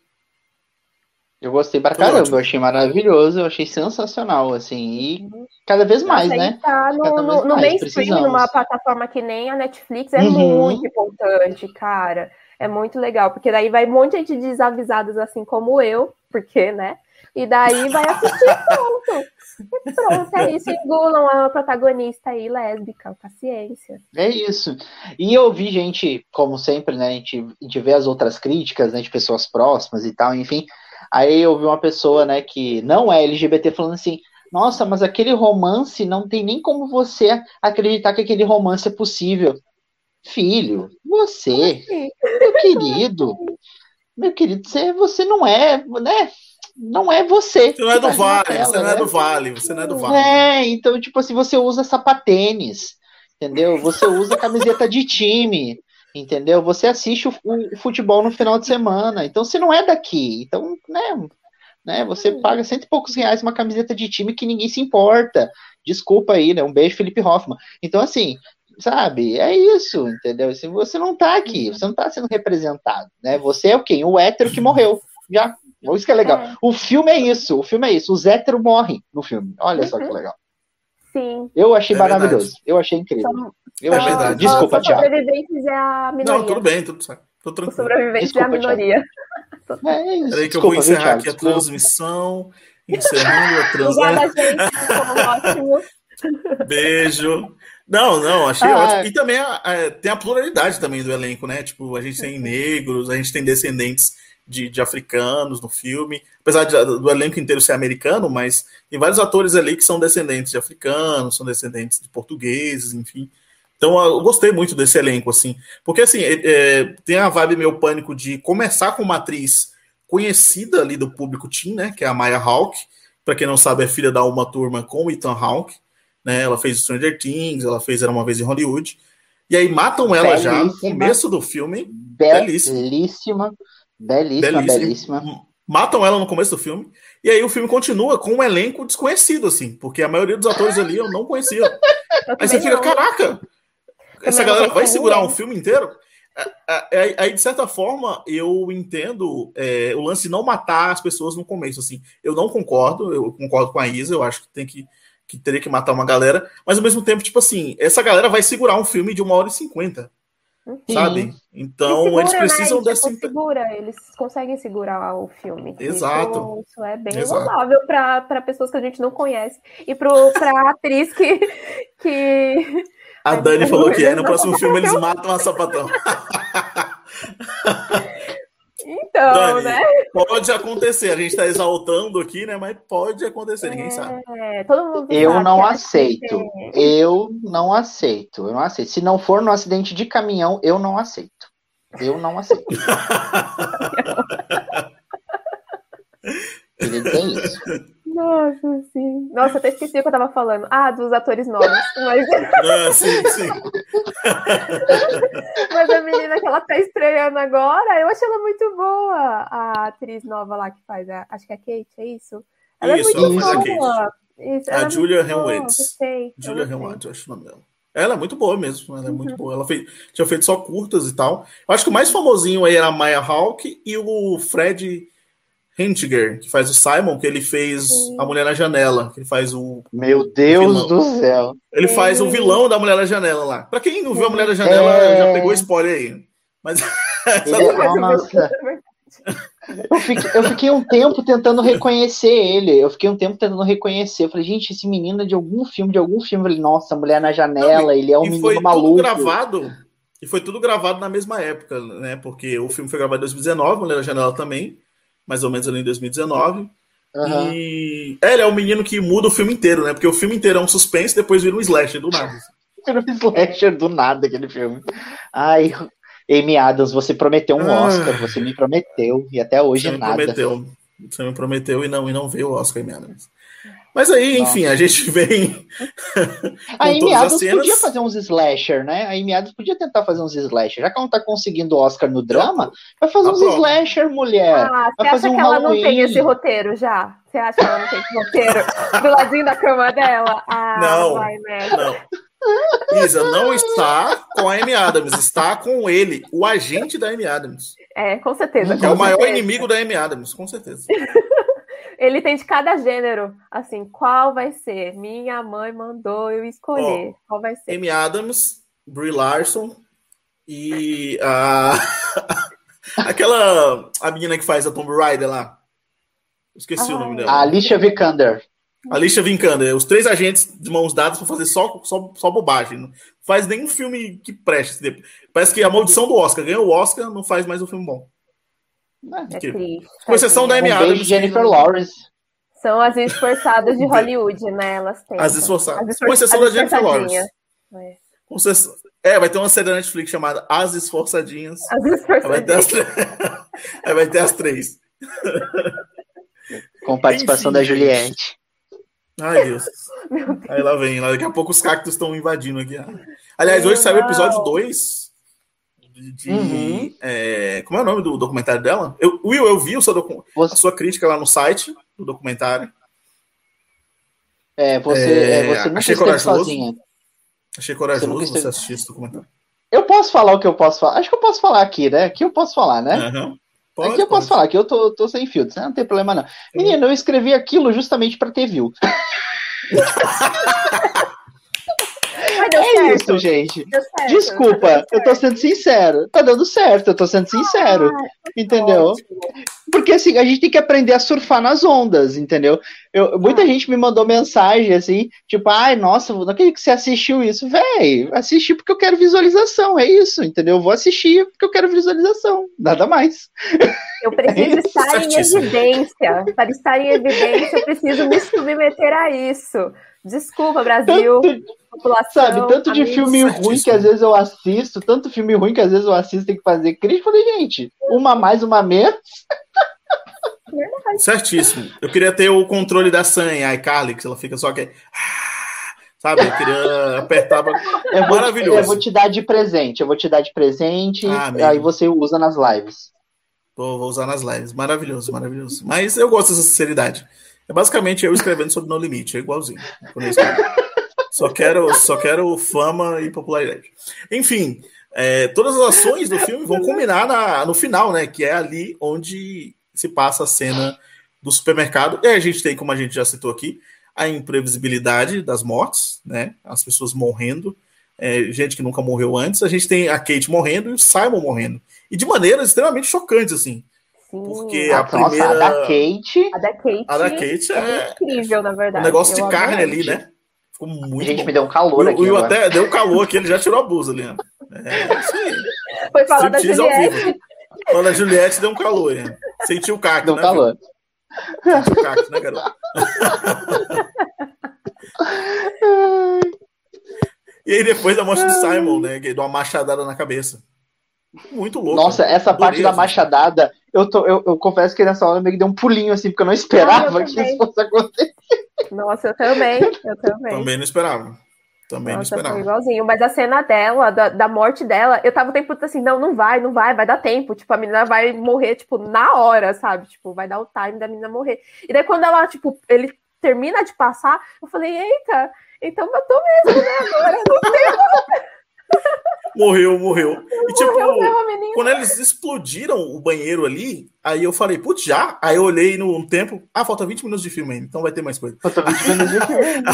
Eu gostei pra caramba. Ótimo. Eu achei maravilhoso. Eu achei sensacional, assim. E cada vez mais, Nossa, né? Tá no, no, no mainstream, numa plataforma que nem a Netflix, é uhum. muito importante, cara. É muito legal. Porque daí vai um monte de gente desavisadas, assim como eu. Porque, né? E daí vai assistir pronto. E pronto, é isso. Engulam a protagonista aí, lésbica, paciência. É isso. E eu vi gente, como sempre, né? A gente, a gente vê as outras críticas, né? De pessoas próximas e tal, enfim. Aí eu vi uma pessoa, né, que não é L G B T falando assim, nossa, mas aquele romance não tem nem como você acreditar que aquele romance é possível. Filho, você, meu querido, meu querido, você, você não é, né? Não é você. Você não é do Vale, tela, você não é né? do Vale, você não é do Vale. É, então, tipo assim, você usa sapatênis, entendeu? Você usa camiseta de time, Entendeu? Você assiste o, o futebol no final de semana. Então, você não é daqui. Então, né, né? Você paga cento e poucos reais uma camiseta de time que ninguém se importa. Desculpa aí, né? Um beijo, Felipe Hoffmann. Então, assim, sabe? É isso, entendeu? Assim, você não tá aqui, você não tá sendo representado, né? Você é o quem? O hétero que morreu. Já. Isso que é legal. É. O filme é isso, o filme é isso. Os héteros morrem no filme. Olha uhum. só que legal. Sim. Eu achei é maravilhoso. Verdade. Eu achei incrível. Só, eu é achei verdade. Desculpa, Thiago. Os sobreviventes é a minoria. Não, tudo bem, tudo certo. Tô tranquilo. Os sobreviventes Desculpa, é a minoria. É isso. Peraí que Desculpa, eu vou encerrar viu, aqui a Desculpa. transmissão. Encerrando a transmissão. Obrigada, gente. Foi ótimo. Beijo. Não, não, achei ah, ótimo. E também a, a, tem a pluralidade também do elenco, né? Tipo, a gente tem negros, a gente tem descendentes de, de africanos no filme. Apesar de, do elenco inteiro ser americano, mas tem vários atores ali que são descendentes de africanos, são descendentes de portugueses, enfim. Então eu gostei muito desse elenco, assim. Porque, assim, é, é, tem a vibe meio pânico de começar com uma atriz conhecida ali do público teen, né? Que é a Maya Hawke. Para quem não sabe, é filha da Uma Thurman com o Ethan Hawke. Né, ela fez Stranger Things, ela fez Era Uma Vez em Hollywood. E aí matam ela belíssima, já no começo do filme. Belíssima. Belíssima, belíssima, belíssima. Matam ela no começo do filme. E aí o filme continua com um elenco desconhecido, assim, porque a maioria dos atores ali eu não conhecia. Aí você fica, caraca, essa galera vai segurar um filme inteiro? Aí, de certa forma, eu entendo é, o lance de não matar as pessoas no começo. Assim. Eu não concordo, eu concordo com a Isa, eu acho que tem que que teria que matar uma galera, mas ao mesmo tempo, tipo assim, essa galera vai segurar um filme de uma hora e cinquenta, sabe? Então, segura, eles precisam né? dessa... Tipo, segura, eles conseguem segurar o filme. Exato. Isso, isso é bem louvável para pessoas que a gente não conhece e para atriz que... que... A Dani falou que é, no próximo filme eles matam a Sapatão. Então, Dani, né? Pode acontecer. A gente está exaltando aqui, né? Mas pode acontecer, ninguém é, sabe. Todo mundo eu sabe não aceito. Eu não aceito. Eu não aceito. Se não for no acidente de caminhão, eu não aceito. Eu não aceito. Queria dizer isso. Nossa, sim. Nossa, até esqueci o que eu tava falando. Ah, dos atores novos. Mas... Ah, sim, sim. Mas a menina que ela tá estreando agora, eu achei ela muito boa. A atriz nova lá que faz, a... acho que é a Kate, é isso? Ela isso, é muito ela boa. faz a Kate. Isso, a é Julia Henwitz. Julia Henwitz, eu acho o nome dela. Ela é muito boa mesmo, ela é uhum. muito boa. Ela fez, tinha feito só curtas e tal. Eu acho que o mais famosinho aí era a Maya Hawke e o Fred Hentger, que faz o Simon, que ele fez Sim. A Mulher na Janela, que ele faz o... Meu Deus do céu! Ele Sim. faz o vilão da Mulher na Janela lá. Pra quem não viu a Mulher na Janela, é... já pegou spoiler aí. Mas... Ele é... Nossa... Eu fiquei, eu fiquei um tempo tentando reconhecer ele. Eu fiquei um tempo tentando reconhecer. Eu falei, gente, esse menino é de algum filme, de algum filme. Eu falei, nossa, Mulher na Janela, não, e, ele é um menino foi maluco. Tudo gravado, e foi tudo gravado na mesma época, né? Porque o filme foi gravado em dois mil e dezenove, Mulher na Janela também, mais ou menos ali em dois mil e dezenove. Uhum. E é, ele é o menino que muda o filme inteiro, né? Porque o filme inteiro é um suspense, depois vira um slasher do nada. Vira um slasher do nada aquele filme. Ai. Amy Adams, você prometeu um ah, Oscar, você me prometeu, e até hoje você nada. Me prometeu, você me prometeu e não, e não veio o Oscar, Amy Adams. Mas aí, Nossa. enfim, a gente vem. A Amy Adams podia fazer uns slasher, né? A Amy Adams podia tentar fazer uns slasher. Já que ela não tá conseguindo Oscar no drama, vai fazer uns prova. slasher, mulher. Ah, vai você fazer acha um que ela Halloween. não tem esse roteiro já? Você acha que ela não tem esse roteiro do ladinho da cama dela? Ah, não, vai, né? Não. Isa não está com a Amy Adams, está com ele, o agente da Amy Adams. É, com certeza. É com o maior certeza. inimigo da Amy Adams, com certeza. Ele tem de cada gênero, assim, qual vai ser? Minha mãe mandou eu escolher. Oh, qual vai ser? Amy Adams, Brie Larson e a... aquela a menina que faz a Tomb Raider lá. Esqueci ah, o nome dela. A Alicia Vikander. Alicia Vikander, os três agentes de mãos dadas para fazer só, só, só bobagem. Não faz nenhum filme que preste. Parece que a maldição do Oscar. Ganhou o Oscar, não faz mais um filme bom. É triste. Com exceção da Amy um Adams. Jennifer Lawrence. São as esforçadas de Hollywood, né? Elas têm. As esforçadas. As esfor... Com exceção da Jennifer Lawrence. É. Com exceção... é, vai ter uma série da Netflix chamada As Esforçadinhas. As Esforçadinhas. Aí vai ter as, tre... Aí vai ter as três. Com participação Enfim, da Juliette. Ai, Deus. Deus. Aí lá vem. Daqui a pouco os cactos estão invadindo aqui. Aliás, Meu hoje saiu o episódio dois de uhum. é, como é o nome do documentário dela? Eu, Will, eu vi o seu docu- você... a sua crítica lá no site do documentário. É, você, é, é, você nunca achei esteve corajoso. sozinha. Achei corajoso você, esteve... você assistir esse documentário. Eu posso falar o que eu posso falar? Acho que eu posso falar aqui, né? Aqui eu posso falar, né? Uhum. Pode, aqui eu pode. posso falar, que eu tô, tô sem filtros, né? Não tem problema não. Menino, eu escrevi aquilo justamente pra ter view. É certo. Isso, gente. Certo, Desculpa, eu tô sendo sincero. Tá dando certo, eu tô sendo sincero. Ah, entendeu? Ótimo. Porque assim, a gente tem que aprender a surfar nas ondas, entendeu? Eu, muita ah. gente me mandou mensagem assim, tipo, ai, nossa, não acredito que você assistiu isso. Véi, assisti porque eu quero visualização, é isso, entendeu? Eu vou assistir porque eu quero visualização, nada mais. Eu preciso é estar em evidência. Para estar em evidência, eu preciso me submeter a isso. Desculpa, Brasil. Tanto, população, sabe, tanto de filme ruim que às vezes eu assisto, tanto filme ruim que às vezes eu assisto, tem que fazer crítica. Eu falei, gente, uma mais, uma menos. Certíssimo. Eu queria ter o controle da Sam em iCarly, que ela fica só que... Sabe, eu queria apertar... É maravilhoso. Eu vou te dar de presente, eu vou te dar de presente, ah, aí você usa nas lives. Vou, vou usar nas lives. Maravilhoso, maravilhoso. Mas eu gosto dessa sinceridade. É basicamente eu escrevendo sobre No Limite, é igualzinho. Só quero, só quero fama e popularidade. Enfim, é, todas as ações do filme vão culminar na, no final, né? Que é ali onde se passa a cena do supermercado. E a gente tem, como a gente já citou aqui, a imprevisibilidade das mortes, né? As pessoas morrendo, é, gente que nunca morreu antes. A gente tem a Kate morrendo e o Simon morrendo. E de maneiras extremamente chocantes, assim. Porque a, a primeira... Nossa, a da Kate... A da Kate, a da Kate é, é incrível, na verdade. Um negócio de carne ali, né? Ficou muito Gente, bom. me deu um calor o, aqui. O Will até deu um calor aqui, ele já tirou a blusa ali. Né? É isso aí. Foi falar da Juliette. Quando a Juliette deu um calor. Né? Sentiu o cacto, deu né? Deu um calor. Sentiu o cacto, né, garoto? E aí depois da morte do Simon, né? Que deu uma machadada na cabeça. Muito louco. Nossa, essa Adorei, parte da assim. machadada, eu, tô, eu, eu confesso que nessa hora meio que deu um pulinho assim, porque eu não esperava ah, eu que isso fosse acontecer. Nossa, eu também, eu também. Também não esperava. Também Nossa, não esperava. Foi igualzinho, mas a cena dela, da, da morte dela, eu tava o tempo assim, não, não vai, não vai, vai dar tempo. Tipo, a menina vai morrer, tipo, na hora, sabe? Tipo, vai dar o time da menina morrer. E daí quando ela, tipo, ele termina de passar, eu falei, eita, então matou mesmo, né? Agora não tem como. Morreu, morreu. E tipo, morreu, quando eles explodiram o banheiro ali, aí eu falei, putz, já? Aí eu olhei no tempo, ah, falta vinte minutos de filme ainda, então vai ter mais coisa. Falta vinte minutos de filme.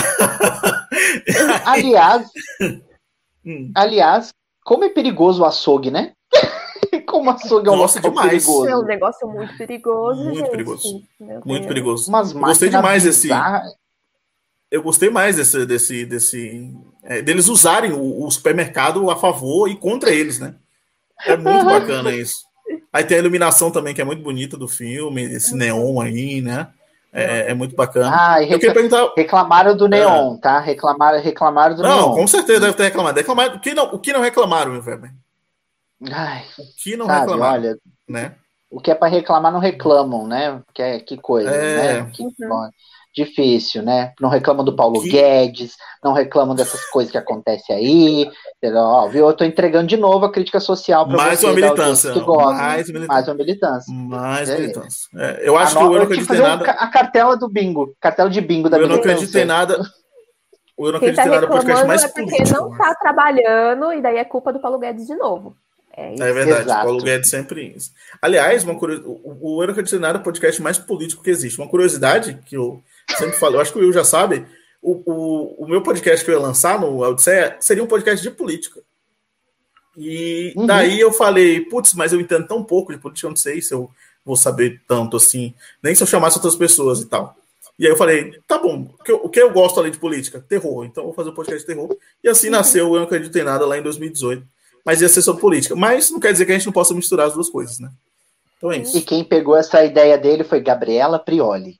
aliás, hum. aliás, como é perigoso o açougue, né? Como o açougue é um Nossa, demais. perigoso. É um negócio muito perigoso, Muito gente. perigoso. Meu muito Deus. perigoso. Umas eu gostei demais bizarra... desse... Eu gostei mais desse... desse, desse é, deles usarem o, o supermercado a favor e contra eles, né? É muito bacana isso. Aí tem a iluminação também, que é muito bonita do filme, esse neon aí, né? É, é muito bacana. Ah, e rec... perguntar... reclamaram do neon, é. tá? Reclamaram, reclamaram do não, neon. Não, com certeza deve ter reclamado. reclamado. O, que não, o que não reclamaram, meu velho? Ai, o que não sabe, reclamaram, olha, né? O que é para reclamar não reclamam, né? Que, é, que coisa, é. né? Que, bom, difícil, né? Não reclamam do Paulo que... Guedes, não reclamam dessas coisas que acontecem aí. Ó, viu? Eu tô entregando de novo a crítica social para mais você, uma militância, que gosta, mais militância, mais uma militância. Mais é. militância. É, eu acho a que no... eu não acreditei nada. A cartela do bingo, cartela de bingo da eu militância. Eu não acreditei nada. Eu não Quem acreditei tá nada podcast mais é porque político. Não tá trabalhando e daí é culpa do Paulo Guedes de novo. É, isso. É verdade, Exato. Paulo Guedes sempre isso. Aliás, uma curios... o Eu Não Acreditei Nada é o podcast mais político que existe. Uma curiosidade que eu sempre falo, eu acho que o Will já sabe, o, o, o meu podcast que eu ia lançar no Odisseia seria um podcast de política. E uhum. daí eu falei, putz, mas eu entendo tão pouco de política, eu não sei se eu vou saber tanto assim, nem se eu chamasse outras pessoas e tal. E aí eu falei, tá bom, o que eu, o que eu gosto além de política? Terror. Então eu vou fazer um podcast de terror. E assim nasceu o Eu Não Acreditei Nada lá em dois mil e dezoito. Mas ia ser sobre política. Mas não quer dizer que a gente não possa misturar as duas coisas, né? Então é isso. E quem pegou essa ideia dele foi Gabriela Prioli.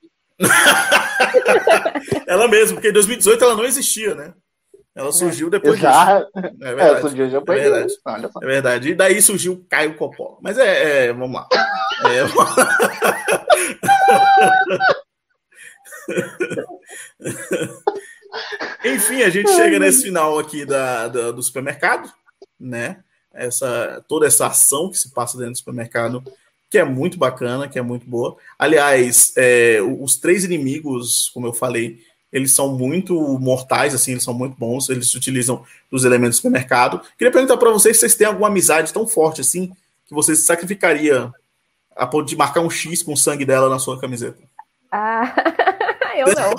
Ela mesma, porque em dois mil e dezoito ela não existia, né? Ela surgiu depois Exato. disso. É verdade. Ela surgiu depois é verdade. disso. Olha só. É verdade. E daí surgiu Caio Coppola. Mas é, é vamos lá. É... Enfim, a gente chega nesse final aqui da, da, do supermercado, né? essa, toda essa ação que se passa dentro do supermercado, que é muito bacana, que é muito boa. Aliás, é, os três inimigos, como eu falei, eles são muito mortais, assim, eles são muito bons, eles utilizam os elementos do supermercado. Queria perguntar para vocês se vocês têm alguma amizade tão forte assim, que vocês sacrificaria a ponto de marcar um X com o sangue dela na sua camiseta. Ah, eu não.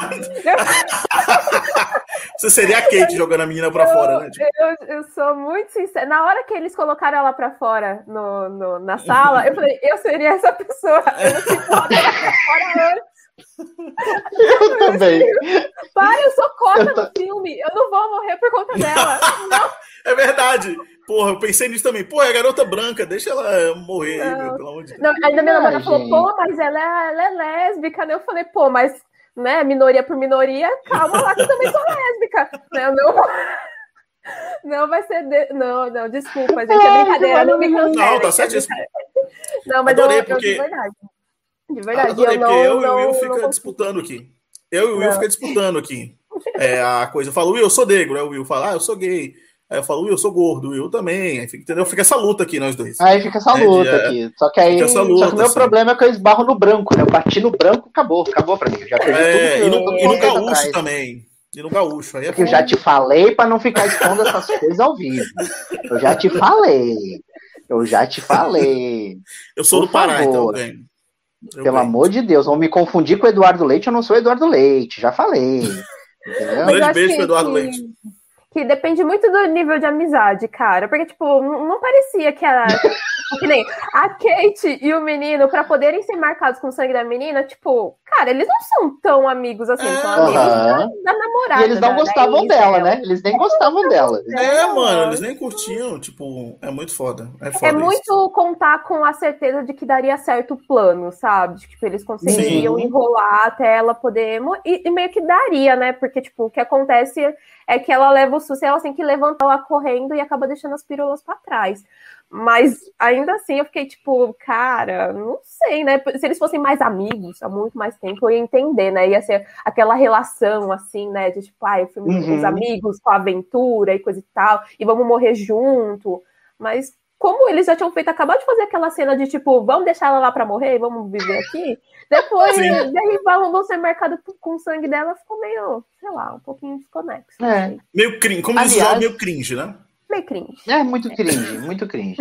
Você seria a Kate jogando a menina pra eu, fora, né? Tipo... Eu, eu sou muito sincera. Na hora que eles colocaram ela pra fora no, no, na sala, eu falei, eu seria essa pessoa. Eu não sei colocar ela pra fora antes. Eu também. Pai, eu sou cota eu tô... no filme. Eu não vou morrer por conta dela. Não. É verdade. Porra, eu pensei nisso também. Porra, é garota branca, deixa ela morrer não. aí, meu, pelo amor de Deus. Não, ainda minha namorada falou, pô, mas ela é, ela é lésbica, né? Eu falei, pô, mas, né, minoria por minoria, calma lá que eu também sou lésbica. Não, não, não vai ser. De... Não, não, desculpa, gente, é brincadeira, não me cancela. Não, tá certíssimo. Não, mas Adorei eu, porque... eu de verdade. De verdade. Adorei, eu não, porque eu não, e o Will fica não disputando aqui. Eu e o Will não. fica disputando aqui. É, a coisa, eu falo, Will, eu sou negro. Aí o Will fala, ah, eu sou gay. Aí eu falo, Will, eu sou gordo. O Will também. Aí fica, entendeu? Fica essa luta aqui, nós dois. Aí fica essa luta é, aqui. Só que aí, luta, só que o meu assim. problema é que eu esbarro no branco, né? Eu bati no branco, acabou. Acabou pra mim. Eu já perdi é, tudo. E no, e no gaúcho atrás. também. E no gaúcho. Aí é eu já te falei pra não ficar expondo essas coisas ao vivo. Eu já te falei. Eu já te falei. Eu sou Por do Pará, favor. então eu ganho. Eu Pelo ganho. amor de Deus, vão me confundir com o Eduardo Leite, eu não sou Eduardo Leite, já falei. Um grande beijo pro Eduardo que, Leite. Que depende muito do nível de amizade, cara. Porque, tipo, não parecia que a. Que nem a Kate e o menino, pra poderem ser marcados com o sangue da menina, tipo, cara, eles não são tão amigos assim, é, são amigos uh-huh. da, da namorada. E eles não da, gostavam da dela, né? Eles nem gostavam dela. É, mano, eles nem curtiam, tipo, é muito foda. É, foda é muito isso. contar com a certeza de que daria certo o plano, sabe? De que tipo, eles conseguiriam Sim. enrolar até ela poder. E, e meio que daria, né? Porque, tipo, o que acontece é que ela leva o susto e ela tem que levantar ela correndo e acaba deixando as pílulas pra trás. Mas ainda assim eu fiquei tipo, cara, não sei, né? Se eles fossem mais amigos há muito mais tempo, eu ia entender, né? Ia ser aquela relação assim, né? De tipo, ai, ah, uhum. os amigos com a aventura e coisa e tal, e vamos morrer junto. Mas como eles já tinham feito, acabado de fazer aquela cena de tipo, vamos deixar ela lá pra morrer, vamos viver aqui. Depois, daí vão, vão ser marcados com o sangue dela, ficou meio, sei lá, um pouquinho desconexo. É. Assim. Meio cringe, como diz o meio cringe, né? Meio cringe. É, muito cringe, muito cringe.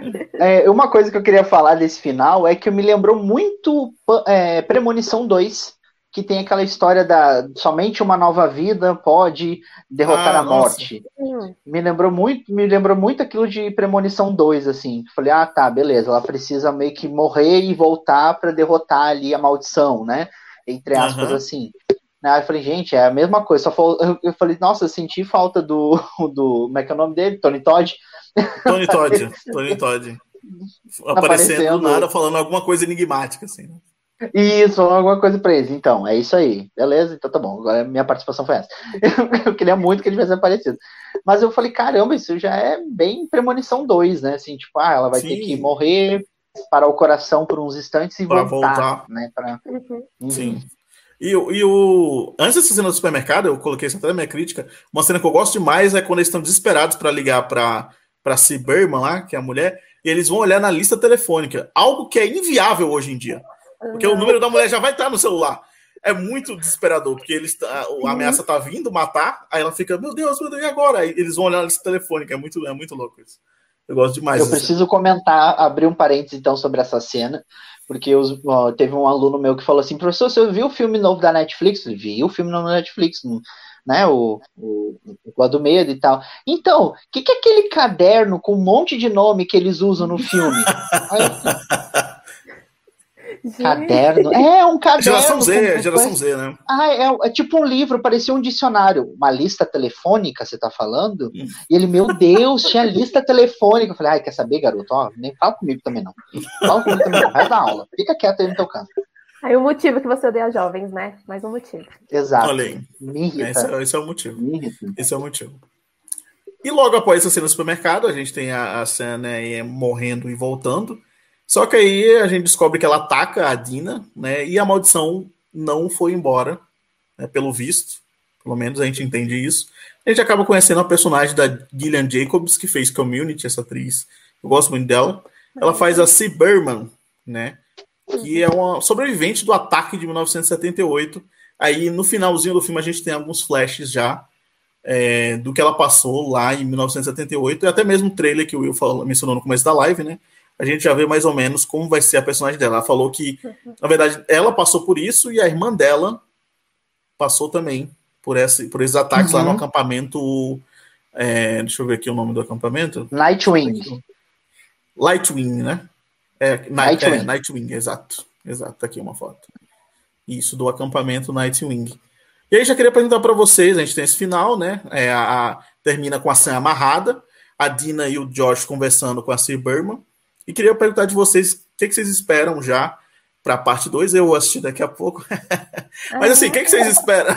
É, uma coisa que eu queria falar desse final é que me lembrou muito é, Premonição dois, que tem aquela história da somente uma nova vida pode derrotar ah, a morte. Nossa. Me lembrou muito, me lembrou muito aquilo de Premonição dois, assim. Falei, ah, tá, beleza, ela precisa meio que morrer e voltar para derrotar ali a maldição, né? Entre aspas, uhum. assim. Aí eu falei, gente, é a mesma coisa. Só fal... Eu falei, nossa, eu senti falta do, do. Como é que é o nome dele? Tony Todd? Tony Todd, Tony Todd. Aparecendo, Aparecendo do nada, falando alguma coisa enigmática, assim. Isso, falando alguma coisa pra eles. Então, é isso aí. Beleza? Então tá bom. Agora minha participação foi essa. Eu queria muito que ele tivesse aparecido. Mas eu falei, caramba, isso já é bem Premonição dois, né? Assim, tipo, ah, ela vai Sim. ter que morrer, parar o coração por uns instantes e pra voltar, voltar. Né? Pra... Uhum. Sim. E, e o. Antes dessa cena do supermercado, eu coloquei isso até na minha crítica. Uma cena que eu gosto demais é quando eles estão desesperados para ligar para para C. Berman lá, que é a mulher, e eles vão olhar na lista telefônica. Algo que é inviável hoje em dia. Porque o número da mulher já vai estar no celular. É muito desesperador, porque eles, a, a ameaça tá vindo matar, aí ela fica, meu Deus, meu Deus, e agora? Aí eles vão olhar na lista telefônica. É muito, é muito louco isso. Eu gosto demais. Eu preciso cena. comentar, abrir um parênteses então sobre essa cena. Porque os, ó, teve um aluno meu que falou assim, professor, você viu o filme novo da Netflix? Eu vi o filme novo da Netflix, né, o, o, o do Medo e tal. Então, o que, que é aquele caderno com um monte de nome que eles usam no filme? Aí, caderno? É, um caderno. Geração Z, com, geração com... Z, né? Ah, é, é tipo um livro, parecia um dicionário. Uma lista telefônica, você tá falando? Hum. E ele, meu Deus, tinha lista telefônica. Eu falei, ai, quer saber, garoto? Ó, nem fala comigo também, não. Fala comigo também, não. Vai dar aula. Fica quieto aí no teu canto. Aí o motivo que você odeia jovens, né? Mais um motivo. Exato. Olha aí. Me irrita. Esse, esse é o motivo. Me irrita. Esse é o motivo. E logo após essa cena no supermercado, a gente tem a, a cena é, morrendo e voltando. Só que aí a gente descobre que ela ataca a Dina, né? E a maldição não foi embora, né, pelo visto. Pelo menos a gente entende isso. A gente acaba conhecendo a personagem da Gillian Jacobs, que fez Community, essa atriz. Eu gosto muito dela. Ela faz a C. Berman, né? Que é uma sobrevivente do ataque de mil novecentos e setenta e oito. Aí, no finalzinho do filme, a gente tem alguns flashes já é, do que ela passou lá em mil novecentos e setenta e oito. E até mesmo o trailer que o Will falou, mencionou no começo da live, né? A gente já vê mais ou menos como vai ser a personagem dela. Ela falou que, na verdade, ela passou por isso e a irmã dela passou também por, esse, por esses ataques uhum. lá no acampamento... É, deixa eu ver aqui o nome do acampamento. Nightwing. Lightwing, né? É, Nightwing. É, Nightwing, exato. Exato, tá aqui uma foto. Isso, do acampamento Nightwing. E aí já queria perguntar para vocês, a gente tem esse final, né? É, a, a, termina com a Sam amarrada, a Dina e o Josh conversando com a C. Berman. E queria perguntar de vocês, o que, que vocês esperam já para a parte dois? Eu vou assistir daqui a pouco. Mas assim, o que, que vocês esperam?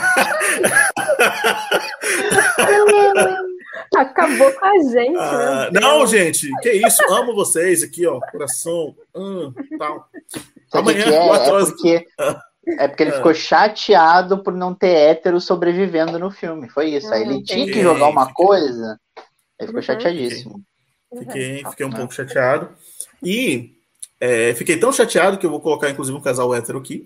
Acabou com a gente. Ah, não, gente, que isso? Amo vocês aqui, ó. Coração. Hum, tal. Amanhã, é, quatro horas. É porque, é porque ele ficou chateado por não ter hétero sobrevivendo no filme. Foi isso. Aí ele tinha que jogar uma coisa. Ele ficou chateadíssimo. Fiquei, fiquei um pouco chateado. E é, fiquei tão chateado que eu vou colocar, inclusive, um casal hétero aqui.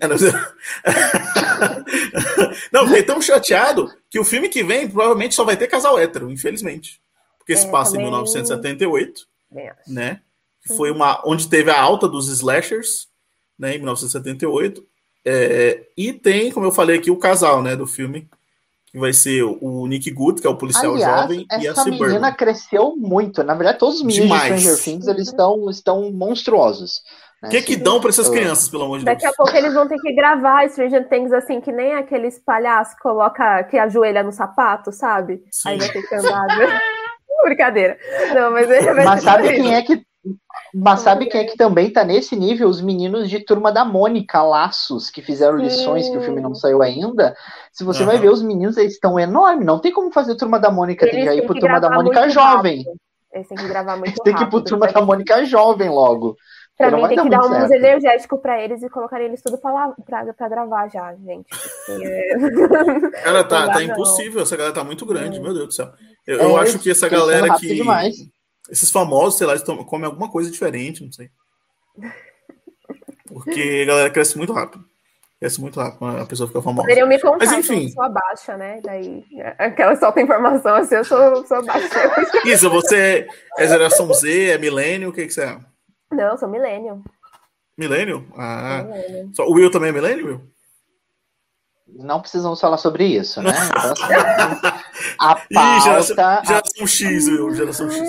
Não, fiquei tão chateado que o filme que vem provavelmente só vai ter casal hétero, infelizmente. Porque se é, passa também... em mil novecentos e setenta e oito, né? Que foi uma, onde teve a alta dos slashers, né, em mil novecentos e setenta e oito. É, e tem, como eu falei aqui, o casal, né, do filme, que vai ser o Nick Good, que é o policial Aliás, jovem, e a essa menina cresceu muito. Na verdade, todos os meninos Demais. de Stranger Things, eles estão, estão monstruosos. O que, que dão para essas crianças, pelo amor de Deus? Daqui a pouco eles vão ter que gravar Stranger Things assim, que nem aqueles palhaços coloca que ajoelha no sapato, sabe? Sim. Aí vai ter que andar. Brincadeira. Não, mas mas sabe quem é que Mas sabe quem é que também tá nesse nível? Os meninos de Turma da Mônica, Laços, que fizeram lições, que o filme não saiu ainda. Se você uhum. vai ver, os meninos, eles estão enormes. Não tem como fazer Turma da Mônica, eles tem que ir pro Turma da Mônica jovem. Rápido. Eles têm que gravar muito rápido. Tem que ir pro Turma da Mônica jovem logo. Pra mim tem que dar um uso energético pra eles e colocar eles tudo pra, pra, pra gravar já, gente. Porque... Cara, tá, tá impossível. Essa galera tá muito grande, é. Meu Deus do céu. Eu, é, eu acho que essa galera que... Demais. Esses famosos, sei lá, eles comem alguma coisa diferente, não sei. Porque a galera cresce muito rápido. Cresce muito rápido, a pessoa fica famosa. Poderiam me contar, mas enfim. Eu sou baixa, né? Daí, aquela solta informação assim, eu sou, sou baixa. Isso, você é geração Z, é milênio, o que, que você é? Não, eu sou milênio. Milênio? Ah. Milênio. O Will também é milênio, Will? Não precisamos falar sobre isso, né? Então, assim, a pauta... Ih, geração, geração X, Will, geração X.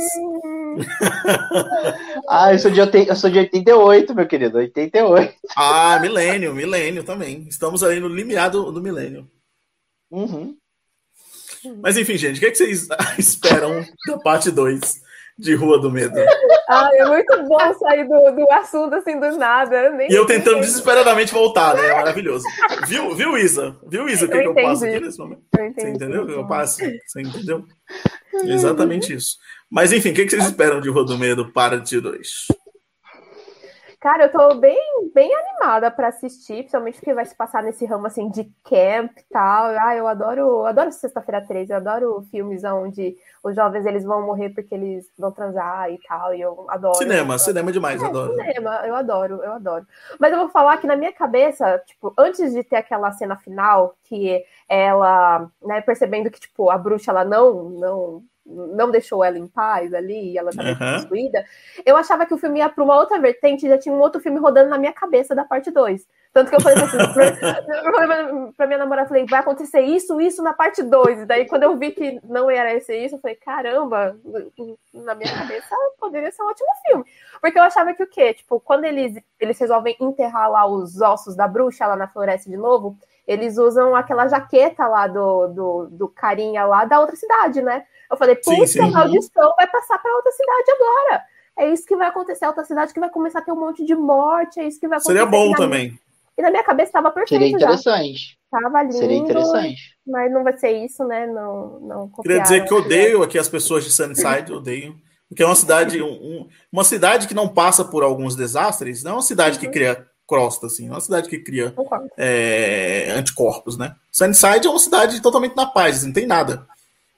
Ah, eu sou, de, eu sou de oitenta e oito, meu querido, oitenta e oito. Ah, milênio, milênio também. Estamos aí no limiar do, do milênio. Uhum. Mas enfim, gente, o que, é que vocês esperam da parte dois de Rua do Medo? Ah, é muito bom sair do, do assunto assim do nada. Nem e eu tentando desesperadamente voltar, né? É maravilhoso. Viu, viu Isa? Viu, Isa, o que, que eu passo aqui nesse momento? Você entendeu o que eu passo? Você entendeu? Exatamente isso. Mas enfim, o que, que vocês esperam de Rua do Medo parte dois? Cara, eu tô bem, bem animada pra assistir, principalmente porque vai se passar nesse ramo, assim, de camp e tal. Ah, eu adoro, eu adoro Sexta-feira treze, eu adoro filmes onde os jovens, eles vão morrer porque eles vão transar e tal, e eu adoro. Cinema, eu adoro. cinema demais, é, adoro. Cinema, eu adoro, eu adoro. Mas eu vou falar que na minha cabeça, tipo, antes de ter aquela cena final, que ela, né, percebendo que, tipo, a bruxa, ela não, não... não deixou ela em paz ali, e ela estava uhum. destruída, eu achava que o filme ia para uma outra vertente, já tinha um outro filme rodando na minha cabeça da parte dois. Tanto que eu falei assim, pra, pra minha namorada, falei, vai acontecer isso, isso na parte dois. E daí, quando eu vi que não era esse isso, eu falei, caramba, na minha cabeça poderia ser um ótimo filme. Porque eu achava que o quê? Tipo, quando eles, eles resolvem enterrar lá os ossos da bruxa lá na floresta de novo, eles usam aquela jaqueta lá do, do, do carinha lá da outra cidade, né? Eu falei, putz, a maldição vai passar para outra cidade agora. É isso que vai acontecer, a outra cidade que vai começar a ter um monte de morte, é isso que vai acontecer. Seria bom e também. Minha... E na minha cabeça estava perfeito. Seria interessante. Já. Tava lindo. Seria interessante. Mas não vai ser isso, né? Não, não Queria dizer que eu odeio aqui as pessoas de Sunnyside, odeio. Porque é uma cidade, um, uma cidade que não passa por alguns desastres, não é uma cidade que cria crosta, assim, é uma cidade que cria é, anticorpos, né? Sunnyside é uma cidade totalmente na paz, não tem nada.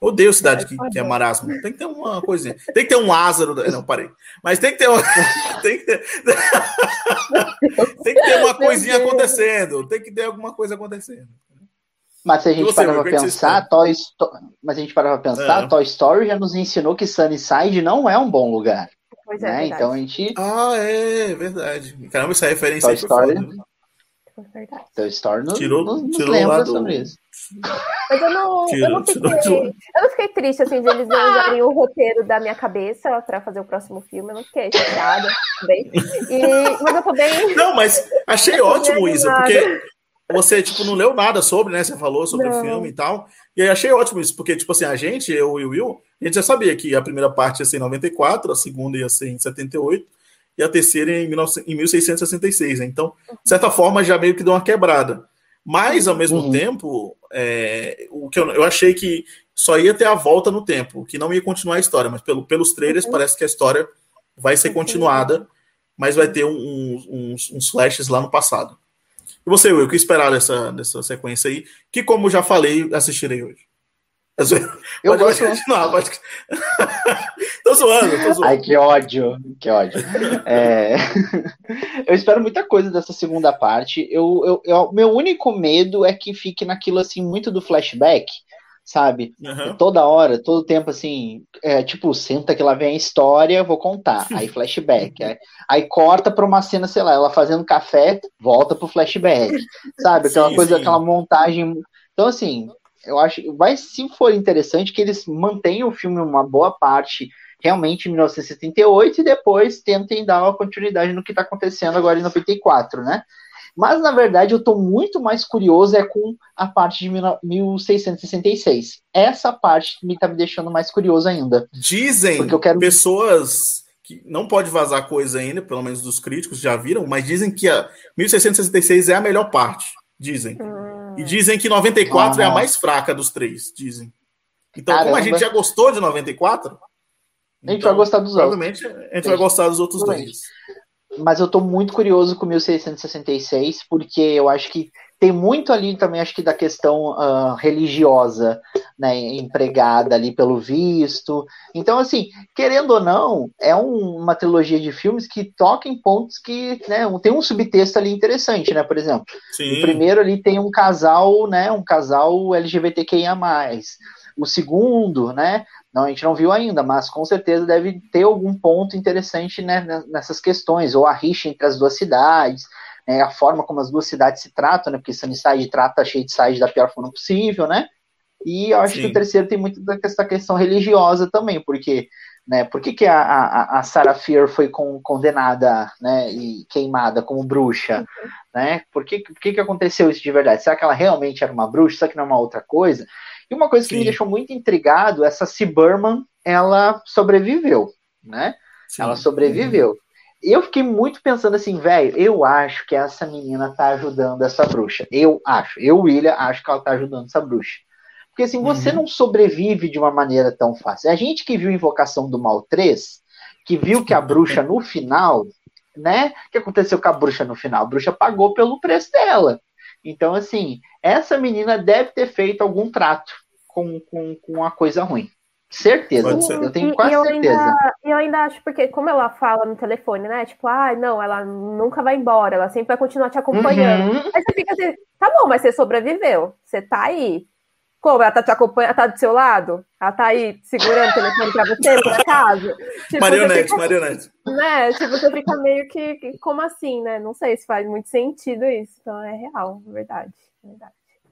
Odeio cidade que, que é marasmo. Tem que ter uma coisinha. Tem que ter um Lázaro. Não, parei. Mas tem que ter uma, tem que ter, tem que ter uma coisinha acontecendo. Tem que ter alguma coisa acontecendo. Mas se a gente parar pra pensar, Toy Sto... mas a gente parar pra pensar, é. Toy Story já nos ensinou que Sunnyside não é um bom lugar. Pois né? é, então a gente. Ah, é verdade. Caramba, essa referência Toy Story. Foda, né? Toy Story nos, tirou, nos, nos tirou lembra do... sobre isso. Mas eu não, tirou, eu, não fiquei, eu não fiquei triste assim, de eles não usarem o roteiro da minha cabeça pra fazer o próximo filme. Eu não fiquei chateada. Bem. E, mas eu tô bem. Não, mas achei ótimo isso, porque você tipo, não leu nada sobre, né? Você falou sobre não. o filme e tal. E aí achei ótimo isso, porque, tipo assim, a gente, eu e o Will, a gente já sabia que a primeira parte ia ser em noventa e quatro, a segunda ia ser em setenta e oito, e a terceira em mil seiscentos e sessenta e seis. Né? Então, de certa forma, já meio que deu uma quebrada. Mas, ao mesmo uhum. tempo, é, o que eu, eu achei que só ia ter a volta no tempo, que não ia continuar a história, mas pelo, pelos trailers uhum. parece que a história vai ser continuada, mas vai ter um, um, uns, uns flashes lá no passado. E você, Will, o que esperar dessa, dessa sequência aí? Que, como já falei, assistirei hoje. Eu pode, gosto. Pode continuar, pode... tô zoando, tô zoando. Ai, que ódio, que ódio. É... eu espero muita coisa dessa segunda parte. Eu, eu, eu, meu único medo é que fique naquilo, assim, muito do flashback, sabe? Uhum. Toda hora, todo tempo, assim, é, tipo, senta que lá vem a história, vou contar. Aí flashback. aí, aí corta pra uma cena, sei lá, ela fazendo café, volta pro flashback. Sabe? Aquela sim, coisa, sim. aquela montagem. Então, assim, eu acho que vai, se for interessante, que eles mantenham o filme uma boa parte realmente em mil novecentos e setenta e oito e depois tentem dar uma continuidade no que está acontecendo agora em noventa e quatro, né? Mas, na verdade, eu estou muito mais curioso é com a parte de mil seiscentos e sessenta e seis. Essa parte me está me deixando mais curioso ainda. Dizem porque eu quero... pessoas que não pode vazar coisa ainda, pelo menos dos críticos já viram, mas dizem que a mil seiscentos e sessenta e seis é a melhor parte. Dizem. Hum. E dizem que noventa e quatro ah, é a mais fraca dos três, dizem. Então, Caramba. Como a gente já gostou de noventa e quatro, a gente então, vai gostar dos provavelmente, outros. Provavelmente a gente vai gostar dos outros dois. Mas eu tô muito curioso com mil seiscentos e sessenta e seis, porque eu acho que tem muito ali também, acho que da questão uh, religiosa, né, empregada ali pelo visto. Então, assim, querendo ou não, é um, uma trilogia de filmes que toca em pontos que, né, tem um subtexto ali interessante, né, por exemplo. Sim. O primeiro ali tem um casal, né, um casal L G B T Q I A mais. O segundo, né, não, a gente não viu ainda, mas com certeza deve ter algum ponto interessante, né, nessas questões, ou a rixa entre as duas cidades, né, a forma como as duas cidades se tratam, né, porque Sunnyside trata Shadyside da pior forma possível, né, e eu acho Sim. que o terceiro tem muito dessa questão religiosa também, porque, né, por que, que a, a, a Sarah Fier foi con, condenada, né, e queimada como bruxa, uhum. né, por que, por que que aconteceu isso de verdade? Será que ela realmente era uma bruxa? Será que não é uma outra coisa? E uma coisa que Sim. me deixou muito intrigado, essa C. Berman, ela sobreviveu, né? Sim. Ela sobreviveu. Uhum. E eu fiquei muito pensando assim, velho, eu acho que essa menina tá ajudando essa bruxa. Eu acho. Eu, William, acho que ela tá ajudando essa bruxa. Porque assim, você uhum. não sobrevive de uma maneira tão fácil. A gente que viu Invocação do Mal três, que viu que a bruxa no final, né? O que aconteceu com a bruxa no final? A bruxa pagou pelo preço dela. Então, assim, essa menina deve ter feito algum trato com, com, com uma coisa ruim. Certeza, eu tenho e, quase e eu certeza. Ainda, eu ainda acho, porque como ela fala no telefone, né? Tipo, ah, não, ela nunca vai embora, ela sempre vai continuar te acompanhando. Uhum. Aí você fica assim, tá bom, mas você sobreviveu, você tá aí. Como? Ela tá te acompanhando, ela tá do seu lado? Ela tá aí segurando o telefone pra você, por acaso? Tipo, marionete, fica, marionete. Né? Tipo, você fica meio que, como assim, né? Não sei se faz muito sentido isso. Então é real, verdade, verdade.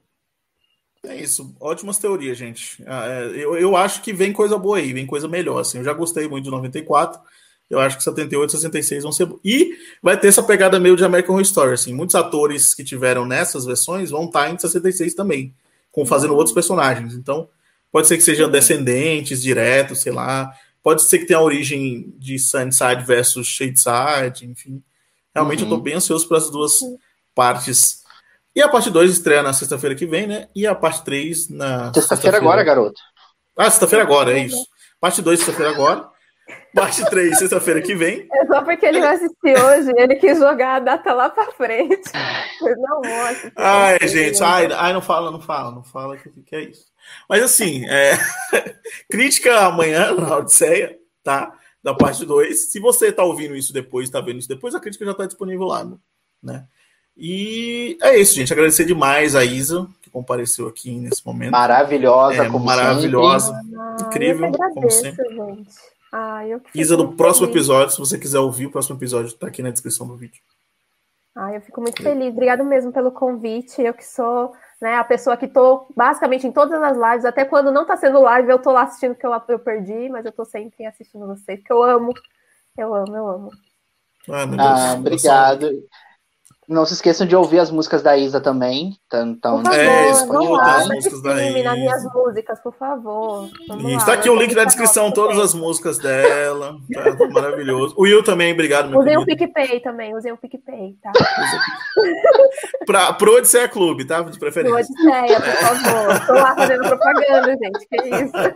É isso, ótimas teorias, gente. Eu, eu acho que vem coisa boa aí, vem coisa melhor. Assim. Eu já gostei muito de noventa e quatro, eu acho que setenta e oito, sessenta e seis vão ser... E vai ter essa pegada meio de American Horror Story. Assim. Muitos atores que tiveram nessas versões vão estar em sessenta e seis também, com, fazendo uhum. outros personagens. Então, pode ser que sejam uhum. descendentes diretos, sei lá. Pode ser que tenha a origem de Sunnyside versus Shadyside, enfim. Realmente uhum. eu tô bem ansioso para as duas uhum. partes. E a parte dois estreia na sexta-feira que vem, né? E a parte três na sexta-feira sexta agora, garoto. Ah, sexta-feira agora, é isso. Parte dois, sexta-feira agora. Parte três, sexta-feira que vem. É só porque ele vai assistir hoje, ele quis jogar a data lá pra frente. Não mostra. Ai, gente, ai, ai, não fala, não fala, não fala, que, que é isso. Mas assim, é... crítica amanhã na Odisseia, tá? Da parte dois. Se você tá ouvindo isso depois, tá vendo isso depois, a crítica já tá disponível lá, né? E é isso, gente. Agradecer demais a Isa, que compareceu aqui nesse momento. Maravilhosa, é, como maravilhosa, sempre. Ah, incrível, eu que agradeço, como sempre. Gente. Ah, eu Isa, do muito próximo feliz. episódio, se você quiser ouvir, o próximo episódio tá aqui na descrição do vídeo. Ah, eu fico muito feliz. Obrigado mesmo pelo convite. Eu que sou, né, a pessoa que tô basicamente em todas as lives, até quando não tá sendo live, eu tô lá assistindo que eu, eu perdi, mas eu tô sempre assistindo vocês, porque eu amo. Eu amo, eu amo. Ah, meu Deus. Ah, obrigado. Não se esqueçam de ouvir as músicas da Isa também. Então, por favor, é, vão lá, as músicas da Isa. nas minhas músicas, por favor. Está aqui o link na descrição, todas as músicas dela. Tá, tá maravilhoso. O Will também, obrigado, meu Usei querido. o PicPay também, usei o PicPay, tá? pra, pro Odisseia Clube, tá? De preferência. Pro Odisseia, por favor. Estou lá fazendo propaganda, gente, que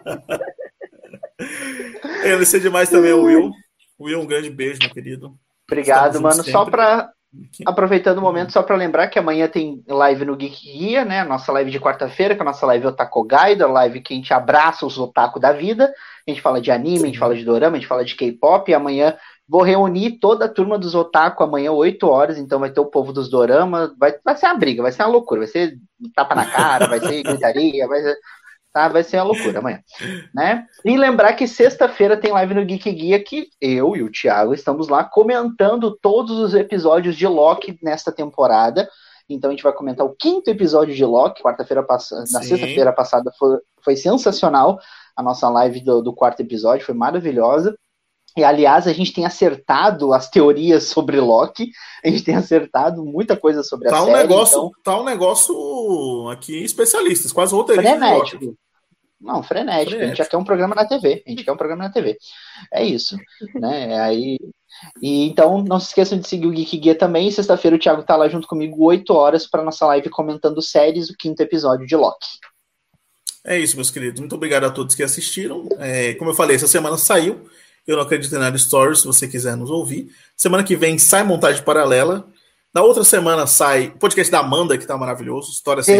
isso. Agradecer demais também o Will. Will, um grande beijo, meu querido. Obrigado, mano. Só para aproveitando o momento, só para lembrar que amanhã tem live no Geek Guia, né? A nossa live de quarta-feira, que é a nossa live Otaku Guide, a live que a gente abraça os otaku da vida. A gente fala de anime, Sim. a gente fala de dorama, a gente fala de K-pop. E amanhã vou reunir toda a turma dos otaku amanhã, oito horas. Então vai ter o povo dos dorama. Vai, vai ser uma briga, vai ser uma loucura. Vai ser tapa na cara, vai ser gritaria, vai ser... Tá, vai ser uma loucura amanhã, né? E lembrar que sexta-feira tem live no Geek Guia que eu e o Thiago estamos lá comentando todos os episódios de Loki nesta temporada. Então a gente vai comentar o quinto episódio de Loki, quarta-feira passada, na sexta-feira passada foi, foi sensacional a nossa live do, do quarto episódio, foi maravilhosa. E, aliás, a gente tem acertado as teorias sobre Loki, a gente tem acertado muita coisa sobre tá a um série. Negócio, então... Tá um negócio aqui, especialistas, quase roteiristas. Frenético. Não, frenético. frenético. A gente já quer um programa na T V. A gente quer um programa na T V. É isso. né? Aí... E, então, não se esqueçam de seguir o Geek Guia também. Sexta-feira o Thiago tá lá junto comigo, oito horas, para nossa live comentando séries, o quinto episódio de Loki. É isso, meus queridos. Muito obrigado a todos que assistiram. É, como eu falei, essa semana saiu Eu Não Acredito em Nada Stories, se você quiser nos ouvir. Semana que vem sai Montagem Paralela. Na outra semana sai o podcast da Amanda, que tá maravilhoso, História Sem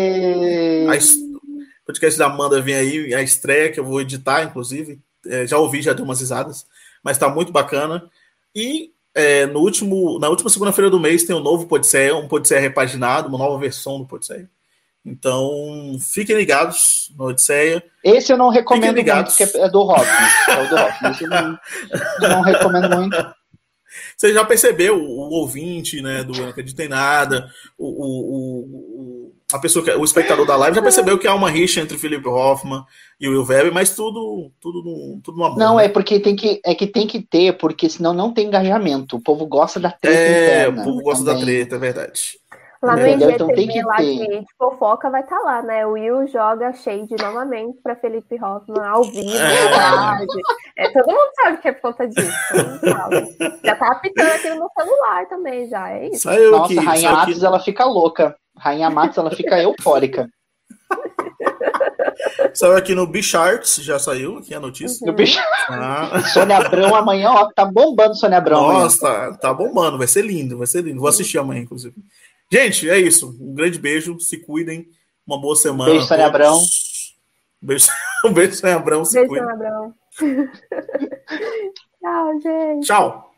Ratos. O podcast da Amanda vem aí, a estreia, que eu vou editar, inclusive. É, já ouvi, já dei umas risadas, mas tá muito bacana. E é, no último, na última segunda-feira do mês tem um novo Podisseia, um Podisseia repaginado, uma nova versão do Podisseia. Então, fiquem ligados no Odisseia. Esse eu não recomendo muito, porque é do rock. É o do rock. Esse eu não, eu não recomendo muito. Você já percebeu o, o ouvinte, né, do Eu Não Acredito em Nada, o, o, o, a pessoa que, o espectador da live já percebeu que há uma rixa entre Philip Hoffman e o Will Weber, mas tudo, tudo, no, tudo no amor. Não, né? é porque tem que, é que tem que ter, porque senão não tem engajamento. O povo gosta da treta é, interna. É, o povo gosta também. da treta, é verdade. Lá no Entendeu? I G T V, então tem que lá ter. de fofoca vai estar tá lá, né? O Will joga shade novamente para Felipe Hoffman ao vivo, É. na live. É, todo mundo sabe que é por conta disso. Todo mundo sabe. Já tá apitando aqui no meu celular também, já. É isso. Saiu Nossa, aqui, Rainha saiu Matos, aqui. ela fica louca. Rainha Matos, ela fica eufórica. Saiu aqui no B-Charts, já saiu aqui a notícia. No bicho... Ah. Sônia Abrão amanhã, ó, tá bombando Sônia Abrão. Nossa, tá, tá bombando, vai ser lindo, vai ser lindo. Vou assistir amanhã, inclusive. Gente, é isso. Um grande beijo, se cuidem. Uma boa semana. Beijo, Sônia Abrão. Um beijo, um beijo, Sônia Abrão, se Beijo, cuidem. Sônia Abrão. Tchau, gente. Tchau.